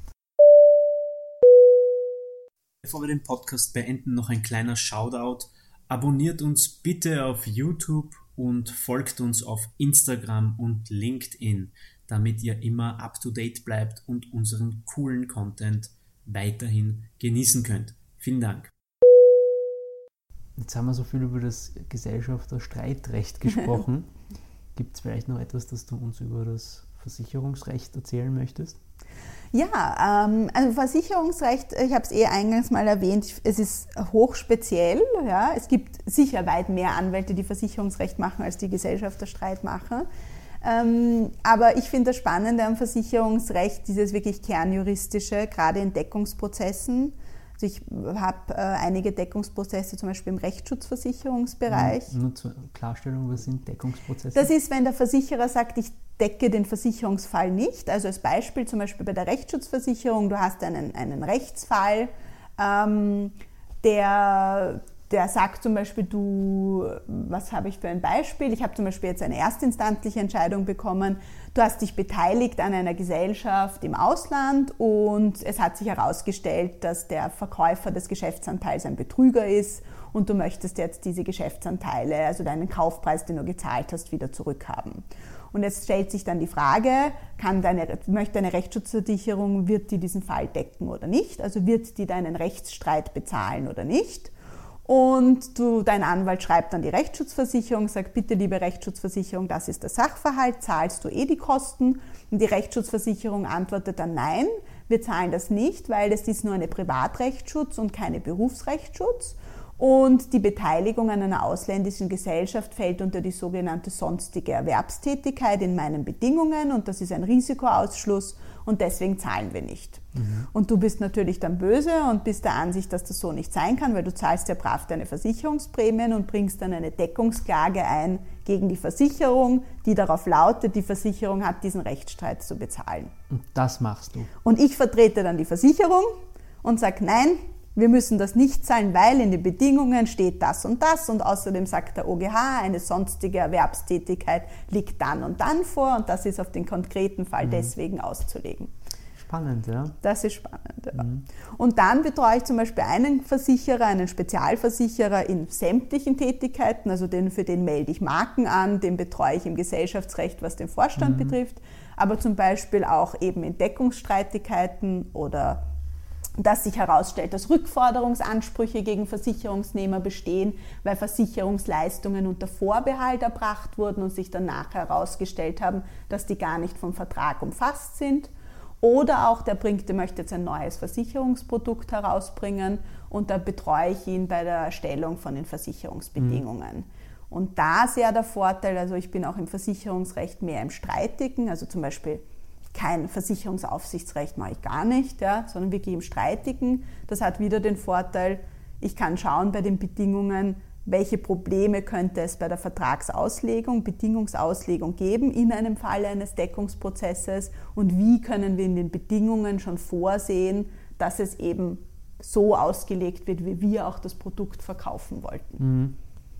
Bevor wir den Podcast beenden, noch ein kleiner Shoutout. Abonniert uns bitte auf YouTube und folgt uns auf Instagram und LinkedIn, damit ihr immer up-to-date bleibt und unseren coolen Content weiterhin genießen könnt. Vielen Dank. Jetzt haben wir so viel über das Gesellschafterstreitrecht gesprochen. Gibt es vielleicht noch etwas, das du uns über das Versicherungsrecht erzählen möchtest? Ja, also Versicherungsrecht, ich habe es eingangs mal erwähnt, es ist hochspeziell. Ja. Es gibt sicher weit mehr Anwälte, die Versicherungsrecht machen, als die Gesellschafterstreit machen. Aber ich finde das Spannende am Versicherungsrecht, dieses wirklich kernjuristische, gerade in Deckungsprozessen. Also ich habe einige Deckungsprozesse, zum Beispiel im Rechtsschutzversicherungsbereich. Nur zur Klarstellung, was sind Deckungsprozesse? Das ist, wenn der Versicherer sagt, ich decke den Versicherungsfall nicht. Also als Beispiel zum Beispiel bei der Rechtsschutzversicherung, du hast einen Rechtsfall, der sagt zum Beispiel, was habe ich für ein Beispiel? Ich habe zum Beispiel jetzt eine erstinstanzliche Entscheidung bekommen. Du hast dich beteiligt an einer Gesellschaft im Ausland und es hat sich herausgestellt, dass der Verkäufer des Geschäftsanteils ein Betrüger ist und du möchtest jetzt diese Geschäftsanteile, also deinen Kaufpreis, den du gezahlt hast, wieder zurückhaben. Und jetzt stellt sich dann die Frage, möchte eine Rechtsschutzversicherung, wird die diesen Fall decken oder nicht? Also wird die deinen Rechtsstreit bezahlen oder nicht? Und dein Anwalt schreibt dann die Rechtsschutzversicherung, sagt, bitte liebe Rechtsschutzversicherung, das ist der Sachverhalt, zahlst du die Kosten? Und die Rechtsschutzversicherung antwortet dann, nein, wir zahlen das nicht, weil es ist nur eine Privatrechtsschutz und keine Berufsrechtsschutz. Und die Beteiligung an einer ausländischen Gesellschaft fällt unter die sogenannte sonstige Erwerbstätigkeit in meinen Bedingungen und das ist ein Risikoausschluss und deswegen zahlen wir nicht. Und du bist natürlich dann böse und bist der Ansicht, dass das so nicht sein kann, weil du zahlst ja brav deine Versicherungsprämien und bringst dann eine Deckungsklage ein gegen die Versicherung, die darauf lautet, die Versicherung hat diesen Rechtsstreit zu bezahlen. Und das machst du? Und ich vertrete dann die Versicherung und sage, nein, wir müssen das nicht zahlen, weil in den Bedingungen steht das und außerdem sagt der OGH, eine sonstige Erwerbstätigkeit liegt dann und dann vor und das ist auf den konkreten Fall deswegen auszulegen. Spannend, ja. Das ist spannend, ja. Und dann betreue ich zum Beispiel einen Versicherer, einen Spezialversicherer in sämtlichen Tätigkeiten, also für den melde ich Marken an, den betreue ich im Gesellschaftsrecht, was den Vorstand betrifft, aber zum Beispiel auch eben in Deckungsstreitigkeiten oder dass sich herausstellt, dass Rückforderungsansprüche gegen Versicherungsnehmer bestehen, weil Versicherungsleistungen unter Vorbehalt erbracht wurden und sich dann nachher herausgestellt haben, dass die gar nicht vom Vertrag umfasst sind. Oder auch der möchte jetzt ein neues Versicherungsprodukt herausbringen und da betreue ich ihn bei der Erstellung von den Versicherungsbedingungen. Und da ist ja der Vorteil, also ich bin auch im Versicherungsrecht mehr im Streitigen, also zum Beispiel kein Versicherungsaufsichtsrecht mache ich gar nicht, ja, sondern wirklich im Streitigen. Das hat wieder den Vorteil, ich kann schauen bei den Bedingungen, welche Probleme könnte es bei der Vertragsauslegung, Bedingungsauslegung geben in einem Falle eines Deckungsprozesses und wie können wir in den Bedingungen schon vorsehen, dass es eben so ausgelegt wird, wie wir auch das Produkt verkaufen wollten.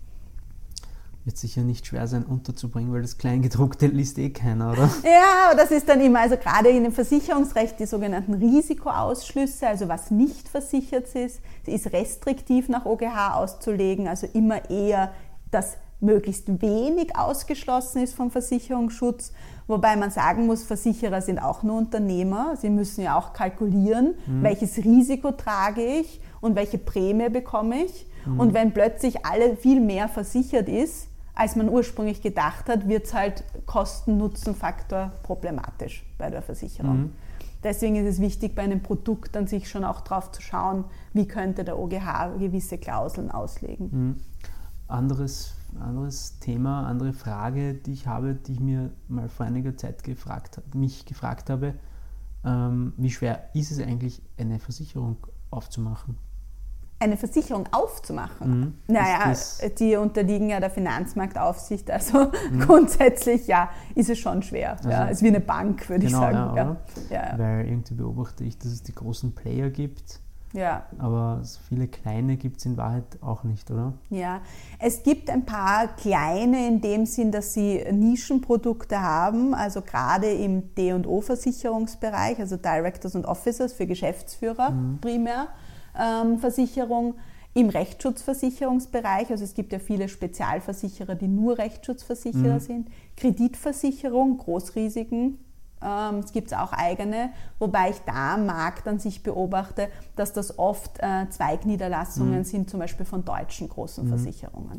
Wird sicher nicht schwer sein unterzubringen, weil das Kleingedruckte liest keiner, oder? Ja, aber das ist dann immer, also gerade in dem Versicherungsrecht die sogenannten Risikoausschlüsse, also was nicht versichert ist restriktiv nach OGH auszulegen, also immer eher das möglichst wenig ausgeschlossen ist vom Versicherungsschutz, wobei man sagen muss, Versicherer sind auch nur Unternehmer, sie müssen ja auch kalkulieren, welches Risiko trage ich und welche Prämie bekomme ich. Und wenn plötzlich alle viel mehr versichert ist, als man ursprünglich gedacht hat, wird es halt Kosten-Nutzen-Faktor problematisch bei der Versicherung. Deswegen ist es wichtig, bei einem Produkt an sich schon auch drauf zu schauen, wie könnte der OGH gewisse Klauseln auslegen. Anderes Thema, andere Frage, die ich habe, die ich mir mal vor einiger Zeit mich gefragt habe, wie schwer ist es eigentlich, eine Versicherung aufzumachen? Eine Versicherung aufzumachen? Naja, die unterliegen ja der Finanzmarktaufsicht, also grundsätzlich ist es schon schwer. Also, es ist wie eine Bank, würde ich sagen. Ja. Weil irgendwie beobachte ich, dass es die großen Player gibt. Ja. Aber viele kleine gibt es in Wahrheit auch nicht, oder? Ja, es gibt ein paar kleine in dem Sinn, dass sie Nischenprodukte haben, also gerade im D&O-Versicherungsbereich, also Directors und Officers für Geschäftsführer primär, Versicherung. Im Rechtsschutzversicherungsbereich, also es gibt ja viele Spezialversicherer, die nur Rechtsschutzversicherer sind. Kreditversicherung, Großrisiken. Es gibt auch eigene, wobei ich da am Markt an sich beobachte, dass das oft Zweigniederlassungen sind, zum Beispiel von deutschen großen Versicherungen.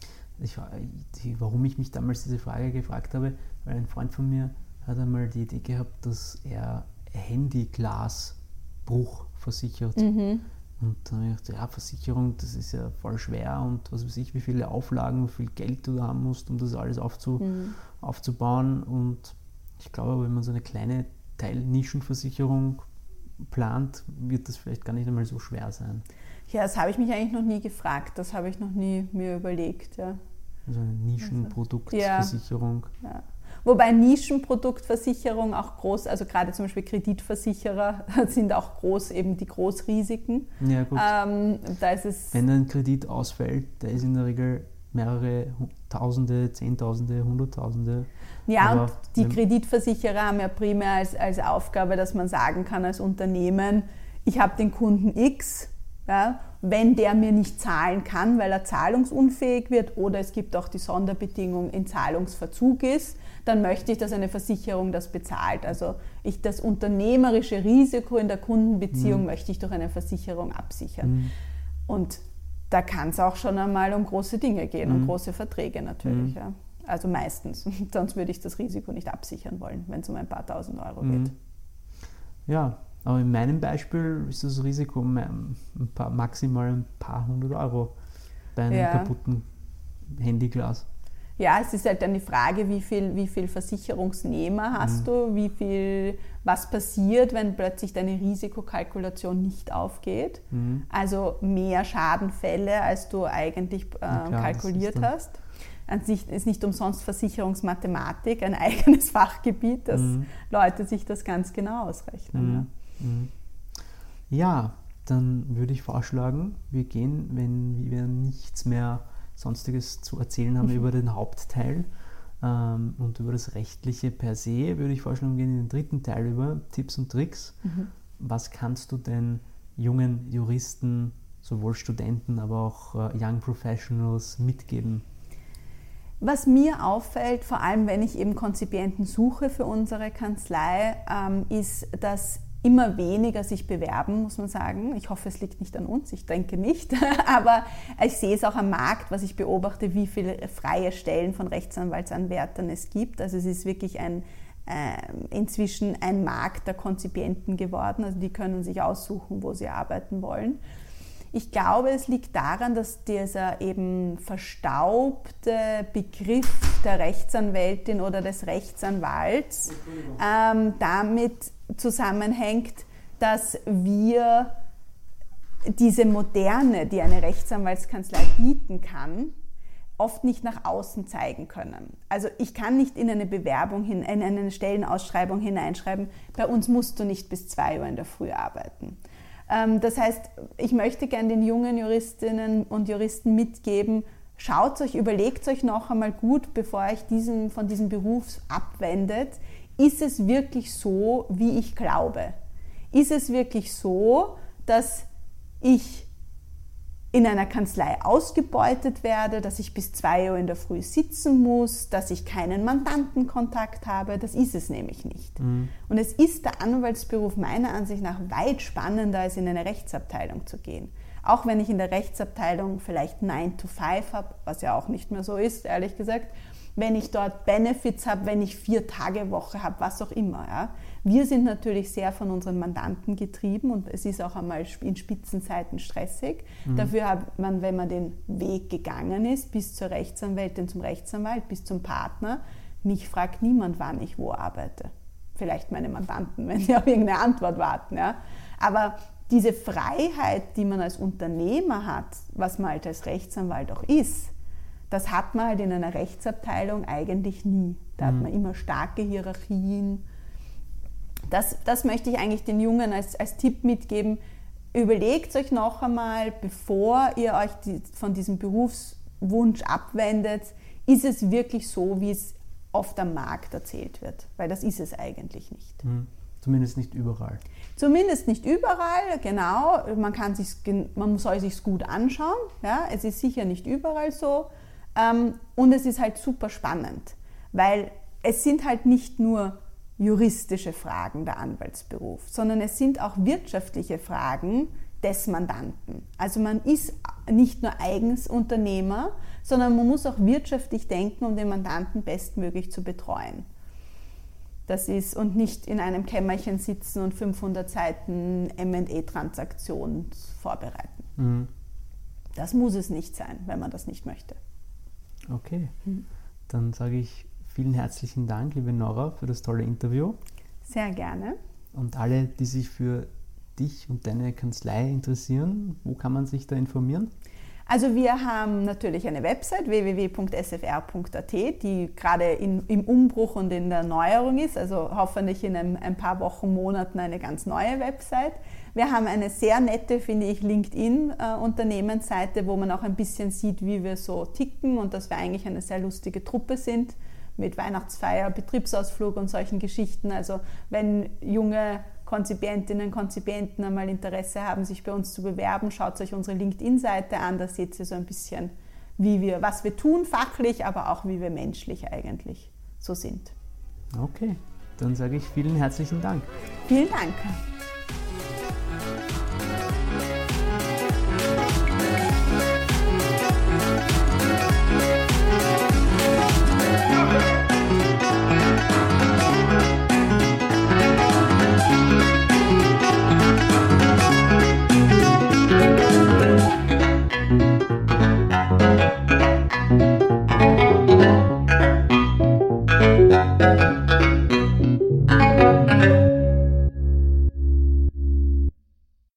Warum ich mich damals diese Frage gefragt habe, weil ein Freund von mir hat einmal die Idee gehabt, dass er Handyglasbruch versichert. Und dann habe ich gedacht, Versicherung, das ist ja voll schwer und was weiß ich, wie viele Auflagen, wie viel Geld du da haben musst, um das alles aufzubauen. Und ich glaube, wenn man so eine kleine Teilnischenversicherung plant, wird das vielleicht gar nicht einmal so schwer sein. Ja, das habe ich mich eigentlich noch nie gefragt. Das habe ich noch nie mir überlegt. Ja. Also eine Nischenproduktversicherung. Ja. Wobei Nischenproduktversicherung auch groß, also gerade zum Beispiel Kreditversicherer sind auch groß, eben die Großrisiken. Ja, gut. Da ist es wenn ein Kredit ausfällt, der ist in der Regel mehrere Tausende, Zehntausende, Hunderttausende. Ja, und die Kreditversicherer haben ja primär als Aufgabe, dass man sagen kann als Unternehmen, ich habe den Kunden X, ja, wenn der mir nicht zahlen kann, weil er zahlungsunfähig wird oder es gibt auch die Sonderbedingung, in Zahlungsverzug ist, dann möchte ich, dass eine Versicherung das bezahlt. Also das unternehmerische Risiko in der Kundenbeziehung möchte ich durch eine Versicherung absichern. Und da kann es auch schon einmal um große Dinge gehen, um große Verträge natürlich. Ja. Also meistens. Sonst würde ich das Risiko nicht absichern wollen, wenn es um ein paar tausend Euro geht. Ja, aber in meinem Beispiel ist das Risiko maximal ein paar hundert Euro bei einem kaputten Handyglas. Ja, es ist halt dann die Frage, wie viel Versicherungsnehmer hast du, was passiert, wenn plötzlich deine Risikokalkulation nicht aufgeht. Also mehr Schadenfälle, als du eigentlich kalkuliert hast. An sich ist nicht umsonst Versicherungsmathematik ein eigenes Fachgebiet, dass Leute sich das ganz genau ausrechnen. Ja, dann würde ich vorschlagen, wir gehen, wenn wir nichts mehr Sonstiges zu erzählen haben über den Hauptteil und über das Rechtliche per se, würde ich vorschlagen, wir gehen in den dritten Teil über Tipps und Tricks. Was kannst du denn jungen Juristen, sowohl Studenten, aber auch Young Professionals mitgeben? Was mir auffällt, vor allem wenn ich eben Konzipienten suche für unsere Kanzlei, ist, dass immer weniger sich bewerben, muss man sagen. Ich hoffe, es liegt nicht an uns, ich denke nicht. Aber ich sehe es auch am Markt, was ich beobachte, wie viele freie Stellen von Rechtsanwaltsanwärtern es gibt. Also es ist wirklich inzwischen ein Markt der Konzipienten geworden. Also die können sich aussuchen, wo sie arbeiten wollen. Ich glaube, es liegt daran, dass dieser eben verstaubte Begriff der Rechtsanwältin oder des Rechtsanwalts damit zusammenhängt, dass wir diese Moderne, die eine Rechtsanwaltskanzlei bieten kann, oft nicht nach außen zeigen können. Also ich kann nicht in eine Bewerbung in eine Stellenausschreibung hineinschreiben, bei uns musst du nicht bis 2 Uhr in der Früh arbeiten. Das heißt, ich möchte gerne den jungen Juristinnen und Juristen mitgeben, überlegt euch noch einmal gut, bevor ihr euch von diesem Beruf abwendet, ist es wirklich so, wie ich glaube? Ist es wirklich so, dass ich in einer Kanzlei ausgebeutet werde, dass ich bis 2 Uhr in der Früh sitzen muss, dass ich keinen Mandantenkontakt habe. Das ist es nämlich nicht. Und es ist der Anwaltsberuf meiner Ansicht nach weit spannender, als in eine Rechtsabteilung zu gehen. Auch wenn ich in der Rechtsabteilung vielleicht 9 to 5 habe, was ja auch nicht mehr so ist, ehrlich gesagt, wenn ich dort Benefits habe, wenn ich 4-Tage-Woche habe, was auch immer. Ja. Wir sind natürlich sehr von unseren Mandanten getrieben und es ist auch einmal in Spitzenzeiten stressig. Dafür hat man, wenn man den Weg gegangen ist, bis zur Rechtsanwältin, zum Rechtsanwalt, bis zum Partner, mich fragt niemand, wann ich wo arbeite. Vielleicht meine Mandanten, wenn sie auf irgendeine Antwort warten. Ja. Aber diese Freiheit, die man als Unternehmer hat, was man halt als Rechtsanwalt auch ist, das hat man halt in einer Rechtsabteilung eigentlich nie. Da hat man immer starke Hierarchien. Das möchte ich eigentlich den Jungen als Tipp mitgeben. Überlegt euch noch einmal, bevor ihr euch von diesem Berufswunsch abwendet, ist es wirklich so, wie es oft am Markt erzählt wird? Weil das ist es eigentlich nicht. Zumindest nicht überall. Zumindest nicht überall, genau. Man soll sich gut anschauen. Ja? Es ist sicher nicht überall so. Und es ist halt super spannend, weil es sind halt nicht nur juristische Fragen der Anwaltsberuf, sondern es sind auch wirtschaftliche Fragen des Mandanten. Also man ist nicht nur eigens Unternehmer, sondern man muss auch wirtschaftlich denken, um den Mandanten bestmöglich zu betreuen. Das ist, und nicht in einem Kämmerchen sitzen und 500 Seiten M&A-Transaktion vorbereiten. Das muss es nicht sein, wenn man das nicht möchte. Okay, dann sage ich vielen herzlichen Dank, liebe Nora, für das tolle Interview. Sehr gerne. Und alle, die sich für dich und deine Kanzlei interessieren, wo kann man sich da informieren? Also wir haben natürlich eine Website www.sfr.at, die gerade im Umbruch und in der Erneuerung ist, also hoffentlich in ein paar Wochen, Monaten eine ganz neue Website. Wir haben eine sehr nette, finde ich, LinkedIn-Unternehmensseite, wo man auch ein bisschen sieht, wie wir so ticken und dass wir eigentlich eine sehr lustige Truppe sind mit Weihnachtsfeier, Betriebsausflug und solchen Geschichten. Also wenn junge Konzipientinnen, Konzipienten einmal Interesse haben, sich bei uns zu bewerben, schaut euch unsere LinkedIn-Seite an, da seht ihr so ein bisschen, was wir tun fachlich, aber auch wie wir menschlich eigentlich so sind. Okay, dann sage ich vielen herzlichen Dank. Vielen Dank. Thank you.